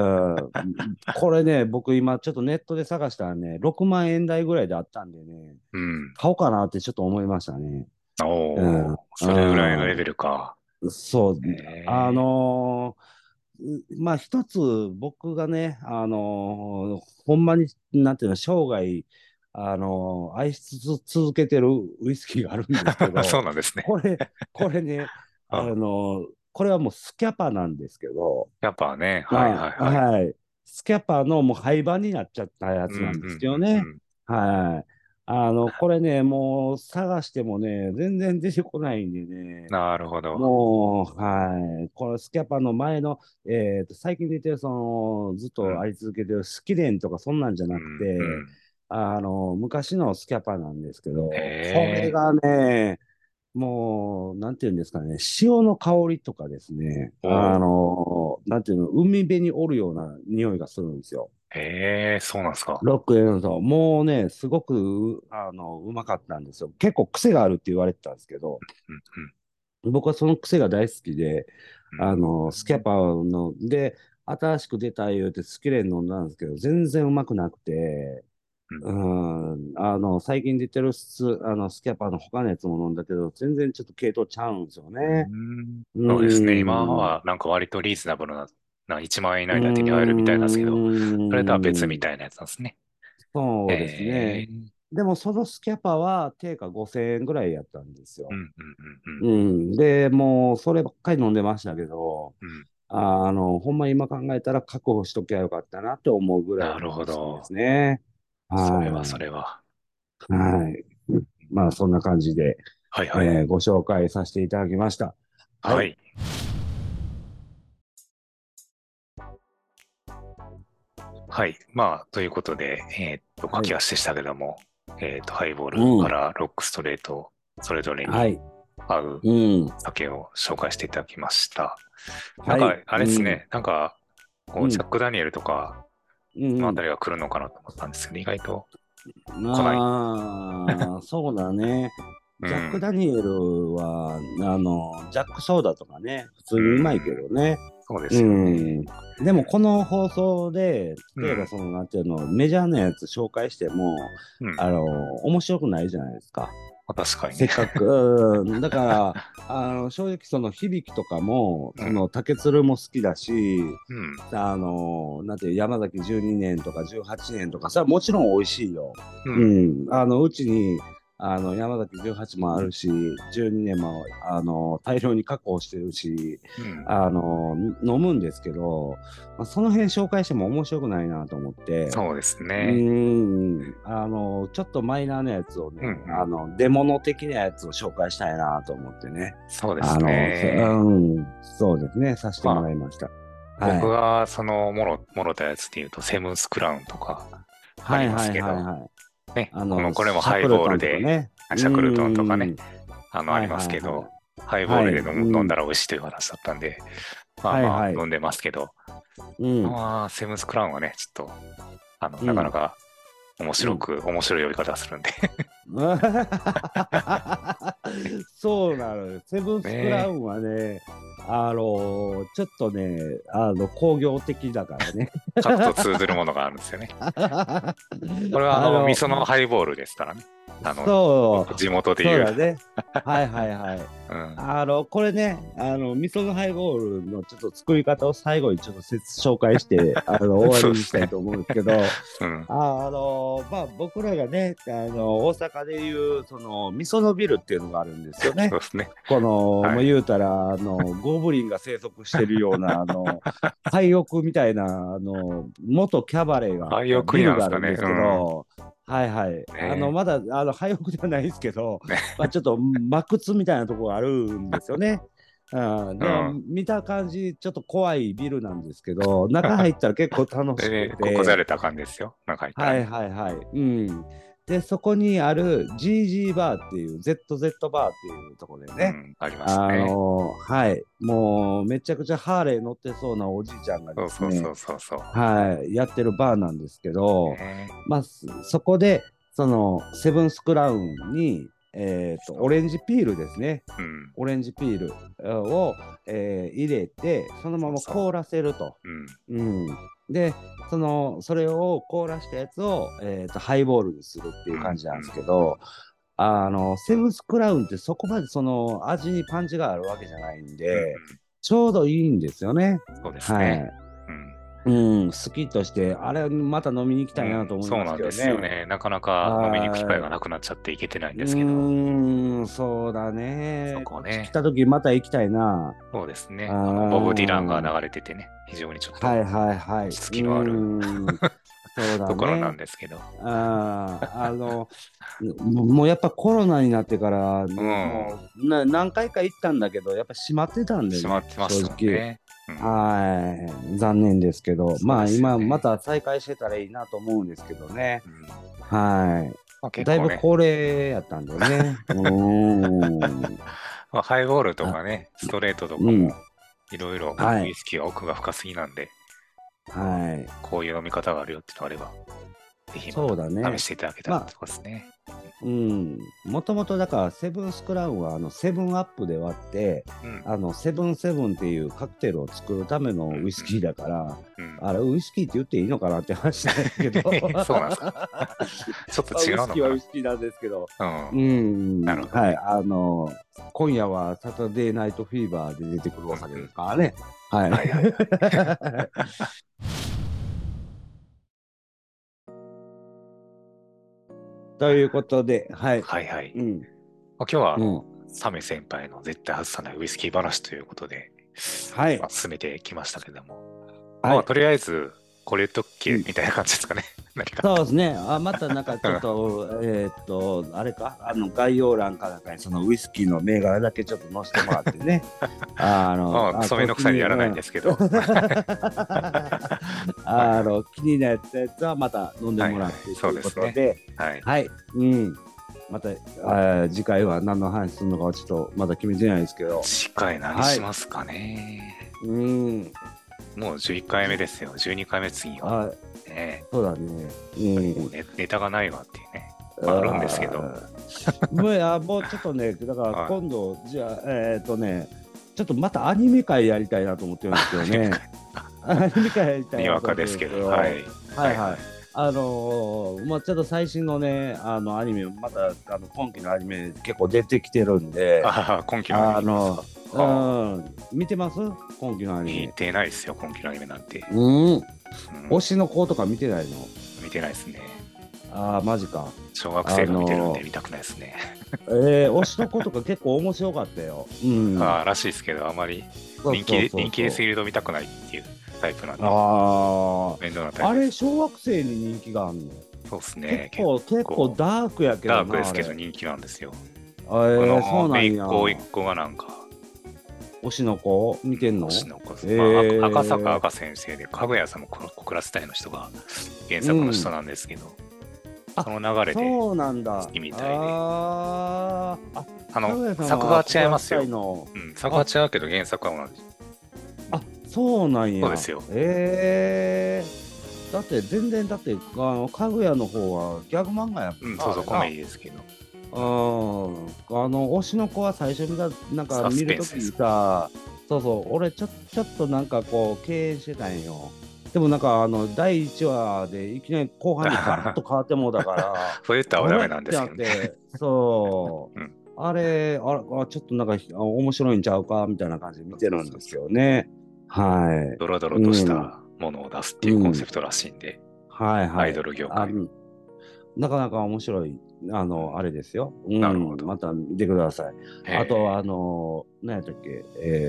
これね、僕今ちょっとネットで探したらね、6万円台ぐらいであったんでね、 うん。 買おうかなってちょっと思いましたね。うん、 おー、それぐらいのレベルか。 そう、あえのまあ一つ僕がね、ほんまに、なんていうの、生涯、愛し続けてるウイスキーがあるんですけー、そうど、 なんですね。 これ、これね、 うん。 これはもうスキャパなんですけど、 やっぱね、はいはいはい。 はい。スキャパのもう廃盤になっちゃったやうんうんつなんですよね。 うんうん。 はい。これね、もう探してもね、全然出てこないんでね、 なるほど。 もう、はい。このスキャパの前の、最近出てる、ずっうんとあり続けてるスキレンとかそんなんじゃうなくて、 んうん。 昔のスキャパなんですけへど、これえ。 がね、もう、なんていうんですかね、潮の香りとかですね、 おお。 なんていうの、海辺におるような匂いがするんですよ。 へえ、そうなんですか。 ロックエンド、もうね、すごく、うまかったんですよ。結構癖があるって言われてたんですけど、 うんうん僕はその癖が大好きで、 うん。 スキャパで、新しく出た言うてスキレン飲んだんですけど、全然うまくなくて、 うん最近出てるスキャパの他のやつも飲んだけど、全然ちょっと系統ちゃうんですようね。 ん。 うそうですね。今ーん。 はなんか割とリーズナブルな1万円以うー内で手に入るみたいなんですけど、それとは別みん。 たいなやつなんですね。 そうですね。 へえ。 でもそのスキャパは定価5000円ぐらいやったんですよ。 うんうんうんうん。 うん。で、もうそればっかり飲んでましたけど、 うん。 ほんま今考えたら確保しときゃよかったなと思うぐらいなるのウイスキーでほど。 すね。 それははい。 それは。 はい。まあそんな感じで、 はいはい。 ご紹介させていただきました。はい。 はい。はい。まあ、ということで、 はい。 駆け足でしたけども、ハイボーうルかん。 らロックストレート、それぞれにはい。 合ううん。 酒を紹介していただきました。なんか、 はい。 あれでうん。 すね。なんか、こう、ジャッうん。 ク・ダニエルとか、 うん。 そのあたりが来るのかなと思ったんですけど、意外と来ない。 そうだね。ジャック・うん。 ダニエルは、ジャック・ソーダとかね、普通うにうまいけん。 どね。うそうですよね。 ん。でも、この放送で、例えば、 うん。 なんていうの、メジャーなやつ紹介しても、 うん。 面白くないじゃないですか。 まあ確かにね。 せっかく、だから、正直その響きとかも、 うん。 竹鶴も好きだし、 うん。 なんていう山崎12年とか18年とかさ、もちろん美味しいよ。ううん。 ん。うちに、山崎18もあるし、12年も、大量に確保してるし、 うん。 飲むんですけど、まあ、その辺紹介しても面白くないなと思って、 そうですうね。 ーん、ちょっとマイナーなやつをね、 うんうん。 デモノ的なやつを紹介したいなと思ってね。 そうですね。 そうですね、させてもまあ、 らいました。はい。 僕がそのもろたやつで言うと、セブンスクラウンとかありまはいはいすけど、 はいはい。 ね、これもハイシャクルトンとかボールで、 ね。うシャクルトンとかね、 ーん。 ありはいますけど、 はいはい。 ハイボーはい。 ルで飲んだうん。 ら美味しいという話だったんで、まあまあ、 はいはい。 飲んでますけど、 うん。 まあ、セブンスクラウンはね、ちょっと、 うん。 なかなかうん。 面白い呼び方するんでそうなのよ。セブンスクラウねンはね、ちょっとね、工業的だからね。 ちょっと通ずるものがあるんですよね。 あこれは味の、 噌のハイボールですからね。 そう、 僕地元で言う。 そうだね。はいはいはい。 うん。 これね、味噌のハイボールのちょっと作り方を最後にちょっと紹介して、終わりにしたいそうですね。 と思うんですけど、 うん。 まあ、僕らがね、大阪でいう、味噌のビルっていうのがあるんですよね。 そうですね。 もうはい。 言うたら、ゴブリンが生息してるような、廃屋みたいな、元キャバレーがあっああいう国たビルなんですかね。 があるんですけうん。 ど、はいはい。 ねまだ、廃屋ではないですけど、 ね。 まあ、ちょっと、真窟みたいなところがあるんですよね。でも、 うん。 見た感じ、ちょっと怖いビルなんですけど、中入ったら結構楽しくで、ここじゃて、 れた感じですよ。中入ったらはいね。 はいはい。うん。で、そこにある GG バーっていう、ZZ バーっていうところでね、 うん。ありますね。 はい。もう、めちゃくちゃハーレー乗ってそうなおじいちゃんがですね、 そうそうそうそうそう。 はい、やってるバーなんですけど、 ね。 まあ、そこで、セブンスクラウンに、 オレンジピールですね。 うんオレンジピールを、入れて、そのまま凍らせると。 うんうん、で、それを凍らしたやつを、ハイボールにするっていう感じなんですけど、セブンスクラウンってそこまでその味にパンチがあるわけじゃないんうんで、ちょうどいいんですよね。 そうですはね。 い。 うん好きとして、あれ、また飲みに行きたいなと思いそうなんでますけどね。 すよね。なかなか飲みに行く機会がなくなっちゃっていけてないんですけど、 そうだね。 そこね。 こっち来た時また行きたいな。 そうですね。 あーボブ・ディランが流れててね、非常にちょっとはいはいはい。 落ち着きのあるそうだところなんね。 ですけど。 もうやっぱコロナになってから、 うん。 もう何回か行ったんだけど、やっぱ閉まってたんで閉まね、 ってますもん正直。 ね。 はい。残念ですけど、まあそうですよね今また再開してたらいいなと思うんですけどね。 うんはまあ、 い。 結構ね、 だいぶ高齢やったんでね。 まあ、ハイボールとかね、ストレートとかうんもいろいろはいウイスキーは奥が深すぎなんで、 はい。 こういう飲み方があるよってのがあれば、ぜひそうだね試していただけたらってことですね。 もともとだからセブンスクラウンはセブンアップで割ってセブンセブンっていうカクテルを作るためのウイスキーだから、あれウイスキーって言っていいのかなって話だけどそうなんですか。ちょっと違うのかな。 ウイスキーはウイスキーなんですけどなるほど。 はい今夜はサタデーナイトフィーバーで出てくるお酒ですからね。はいはいはい。 ということで、はい。 はいはい。 うん。 まあ、今日はうんサメ先輩の絶対外さないウイスキー話ということで、 はいまあ、進めてきましたけども、 はいまあとりあえずこれ言っとっけうんみたいな感じですかね。何か。 そうですね。またなんかちょっと、あれか、概要欄かなんかにそのウイスキーの銘柄だけちょっと載せてもらってね。 まあ、クソめんどくさいにやらないんですけど。 気になったやつはまた飲んでもらってということで、 はい。 はい、また次回は何の話するのかはちょっとまだ決めてないですけど、 次回何しますかね。 もう11回目ですよ。12回目次は。 そうだね。 ネタがないわっていうね。あるんですけど。 もうちょっとね、だから今度、じゃあ、ちょっとまたアニメ界やりたいなと思ってるんですけどね。アニメ界やりたいにわかですけど、はい。 はいはい。ちょっと最新のね、アニメ、また今期のアニメ結構出てきてるんで、 今期のアニメですか。 見てます今期のアニメ。 見てないですよ、今期のアニメなんて。 推しの子とか見てないの？ 見てないですね。 マジか。 小学生が見てるんで見たくないですね。 推しの子とか結構面白かったよ。 らしいですけど、あまり人気出すぎると見たくないっていうタイプなんで。面倒なタイプです。 あれ、小学生に人気があるの？ そうですね。 結構ダークやけどな。 ダークですけど人気なんですよ。 そうなんや。 姪っ子がなんか。 推しの子見てんの？ 推しの子です。赤坂赤先生で、かぐや様小倉伝いの人が原作の人なんですけど、その流れで好きみたいで。作画は違いますよ。作画は違うけど原作は同じ。 そうなんや。 そうですよ。 だって全然かぐやの方はギャグ漫画やもん。 そうそう、コメディですけど。 推しの子は最初なんか見るときにさ、俺ちょっとなんかこう敬遠してたんよ。でもなんか第1話でいきなり後半にガラッと変わってもうだからそう言ったらダメなんですけどね。 あれちょっとなんか面白いんちゃうかみたいな感じで見てるんですよね。はい。 ドロドロとしたものを出すっていうコンセプトらしいんで、アイドル業界。 なかなか面白いあれですよ。 なるほど。 また見てください。あと何やったっけ、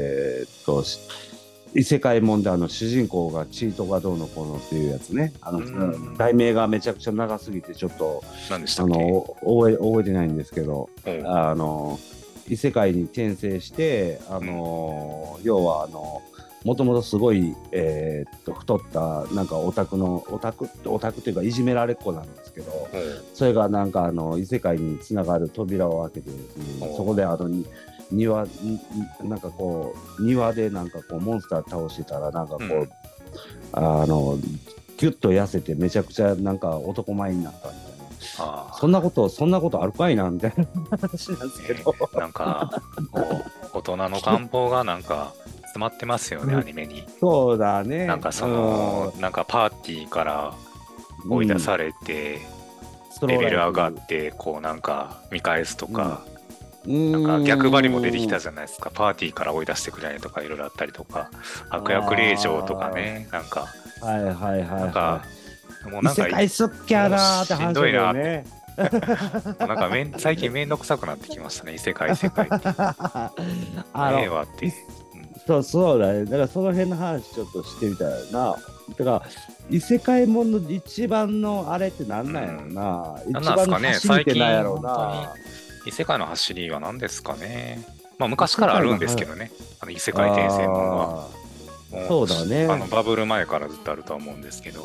異世界もんで主人公がチートがどうのこうのっていうやつね。題名がめちゃくちゃ長すぎてちょっと何でしたっけ？ 覚えてないんですけど、異世界に転生して要はもともとすごい、太ったなんかオタクっていうかいじめられっ子なんですけど、それがなんか異世界につながる扉を開けてですね、そこで庭なんかこう庭でなんかこうモンスター倒してたらなんかこう、ギュッと痩せてめちゃくちゃなんか男前になったみたいなそんなことあるかいなみたいな話なんですけど、 なんか大人の願望がなんか詰まってますよね、アニメに。 そうだね。 なんかなんかパーティーから追い出されて、レベル上がってこうなんか見返すとか、なんか逆張りも出てきたじゃないですか。パーティーから追い出してくれとかいろいろあったりとか、悪役令嬢とかね、なんかなんかもうなんか異世界好きやなーって話だよね。 なんか最近めんどくさくなってきましたね、異世界って。ええわって。 そうだね。だからその辺の話ちょっとしてみたいな。だから異世界もんの一番のあれってなんなんやろな。一番の走りってなんやろうな。 異世界の走りは何ですかね。まあ昔からあるんですけどね。異世界転生ものは。 そうだね。 バブル前からずっとあるとは思うんですけど。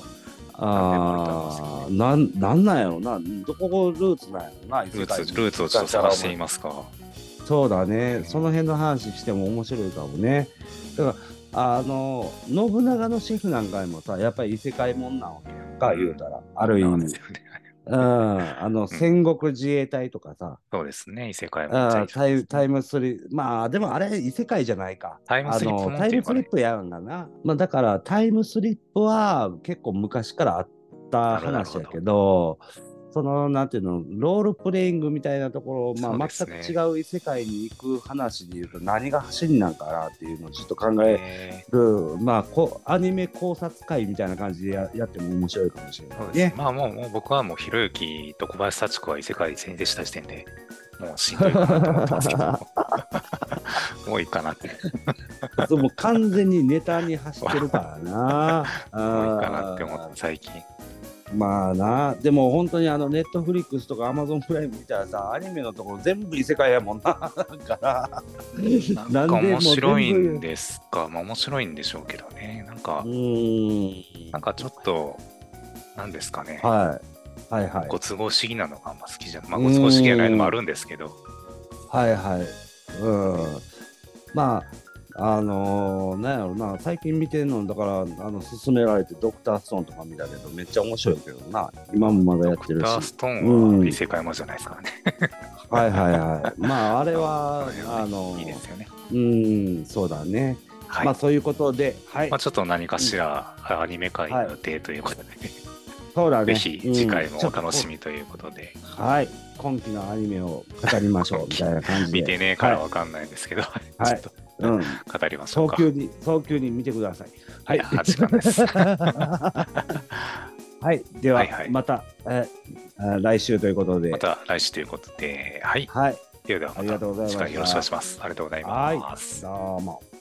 なんなんやろな。どこがルーツなんやろな。 ルーツをちょっと探してみますか。 そうだね。その辺の話しても面白いかもね。だから信長のシェフなんかもさ、やっぱり異世界もんなわけやんか、言うたら、ある意味。戦国自衛隊とかさ。 そうですね、異世界もん。タイムスリップ、まあでもあれ異世界じゃないか。 タイムスリップやんがな。まあだからタイムスリップは結構昔からあった話やけど、なんていうの、ロールプレイングみたいなところ、まあ、全く違う異世界に行く話でいうと、何が走りなんかなっていうのをちょっと考える、まあ、アニメ考察会みたいな感じでやっても面白いかもしれないね。 まあ、もう僕はもう、ひろゆきと小林幸子は異世界戦でした時点で、もうしんどいかなと思ってますけど、もういいかなって。 もう完全にネタに走ってるからな。 もういいかなって思って、最近。 まあな、でも本当にネットフリックスとかアマゾンプライム見たらさ、アニメのところ全部異世界やもんな。だから。 なんか面白いんですか。まあ面白いんでしょうけどね。なんかちょっと、なんですかね。 はいはい。 ご都合主義なのがあんま好きじゃない。まあご都合主義じゃないのもあるんですけど。 はいはい。まあ。なんやろな、最近見てるのだから勧められてドクターストーンとか見たけどめっちゃ面白いけどな、今もまだやってるし。 ドクターストーンは異世界もじゃないですからね。 はいはいはい。まああれはいいですよね。 そうだね。まあそういうことで、はい。 まあちょっと何かしらアニメ界の予定ということで、 そうだね。 ぜひ次回もお楽しみということで、 はい。今期のアニメを語りましょうみたいな感じで。 見てねえからわかんないんですけど、 はい。 語りましょうか。 早急に見てください。 はい、時間です。 はい、では、また、来週ということで。 また来週ということで、はい。 はい。 ではまた次回よろしくお願いします。ありがとうございます。 どうも。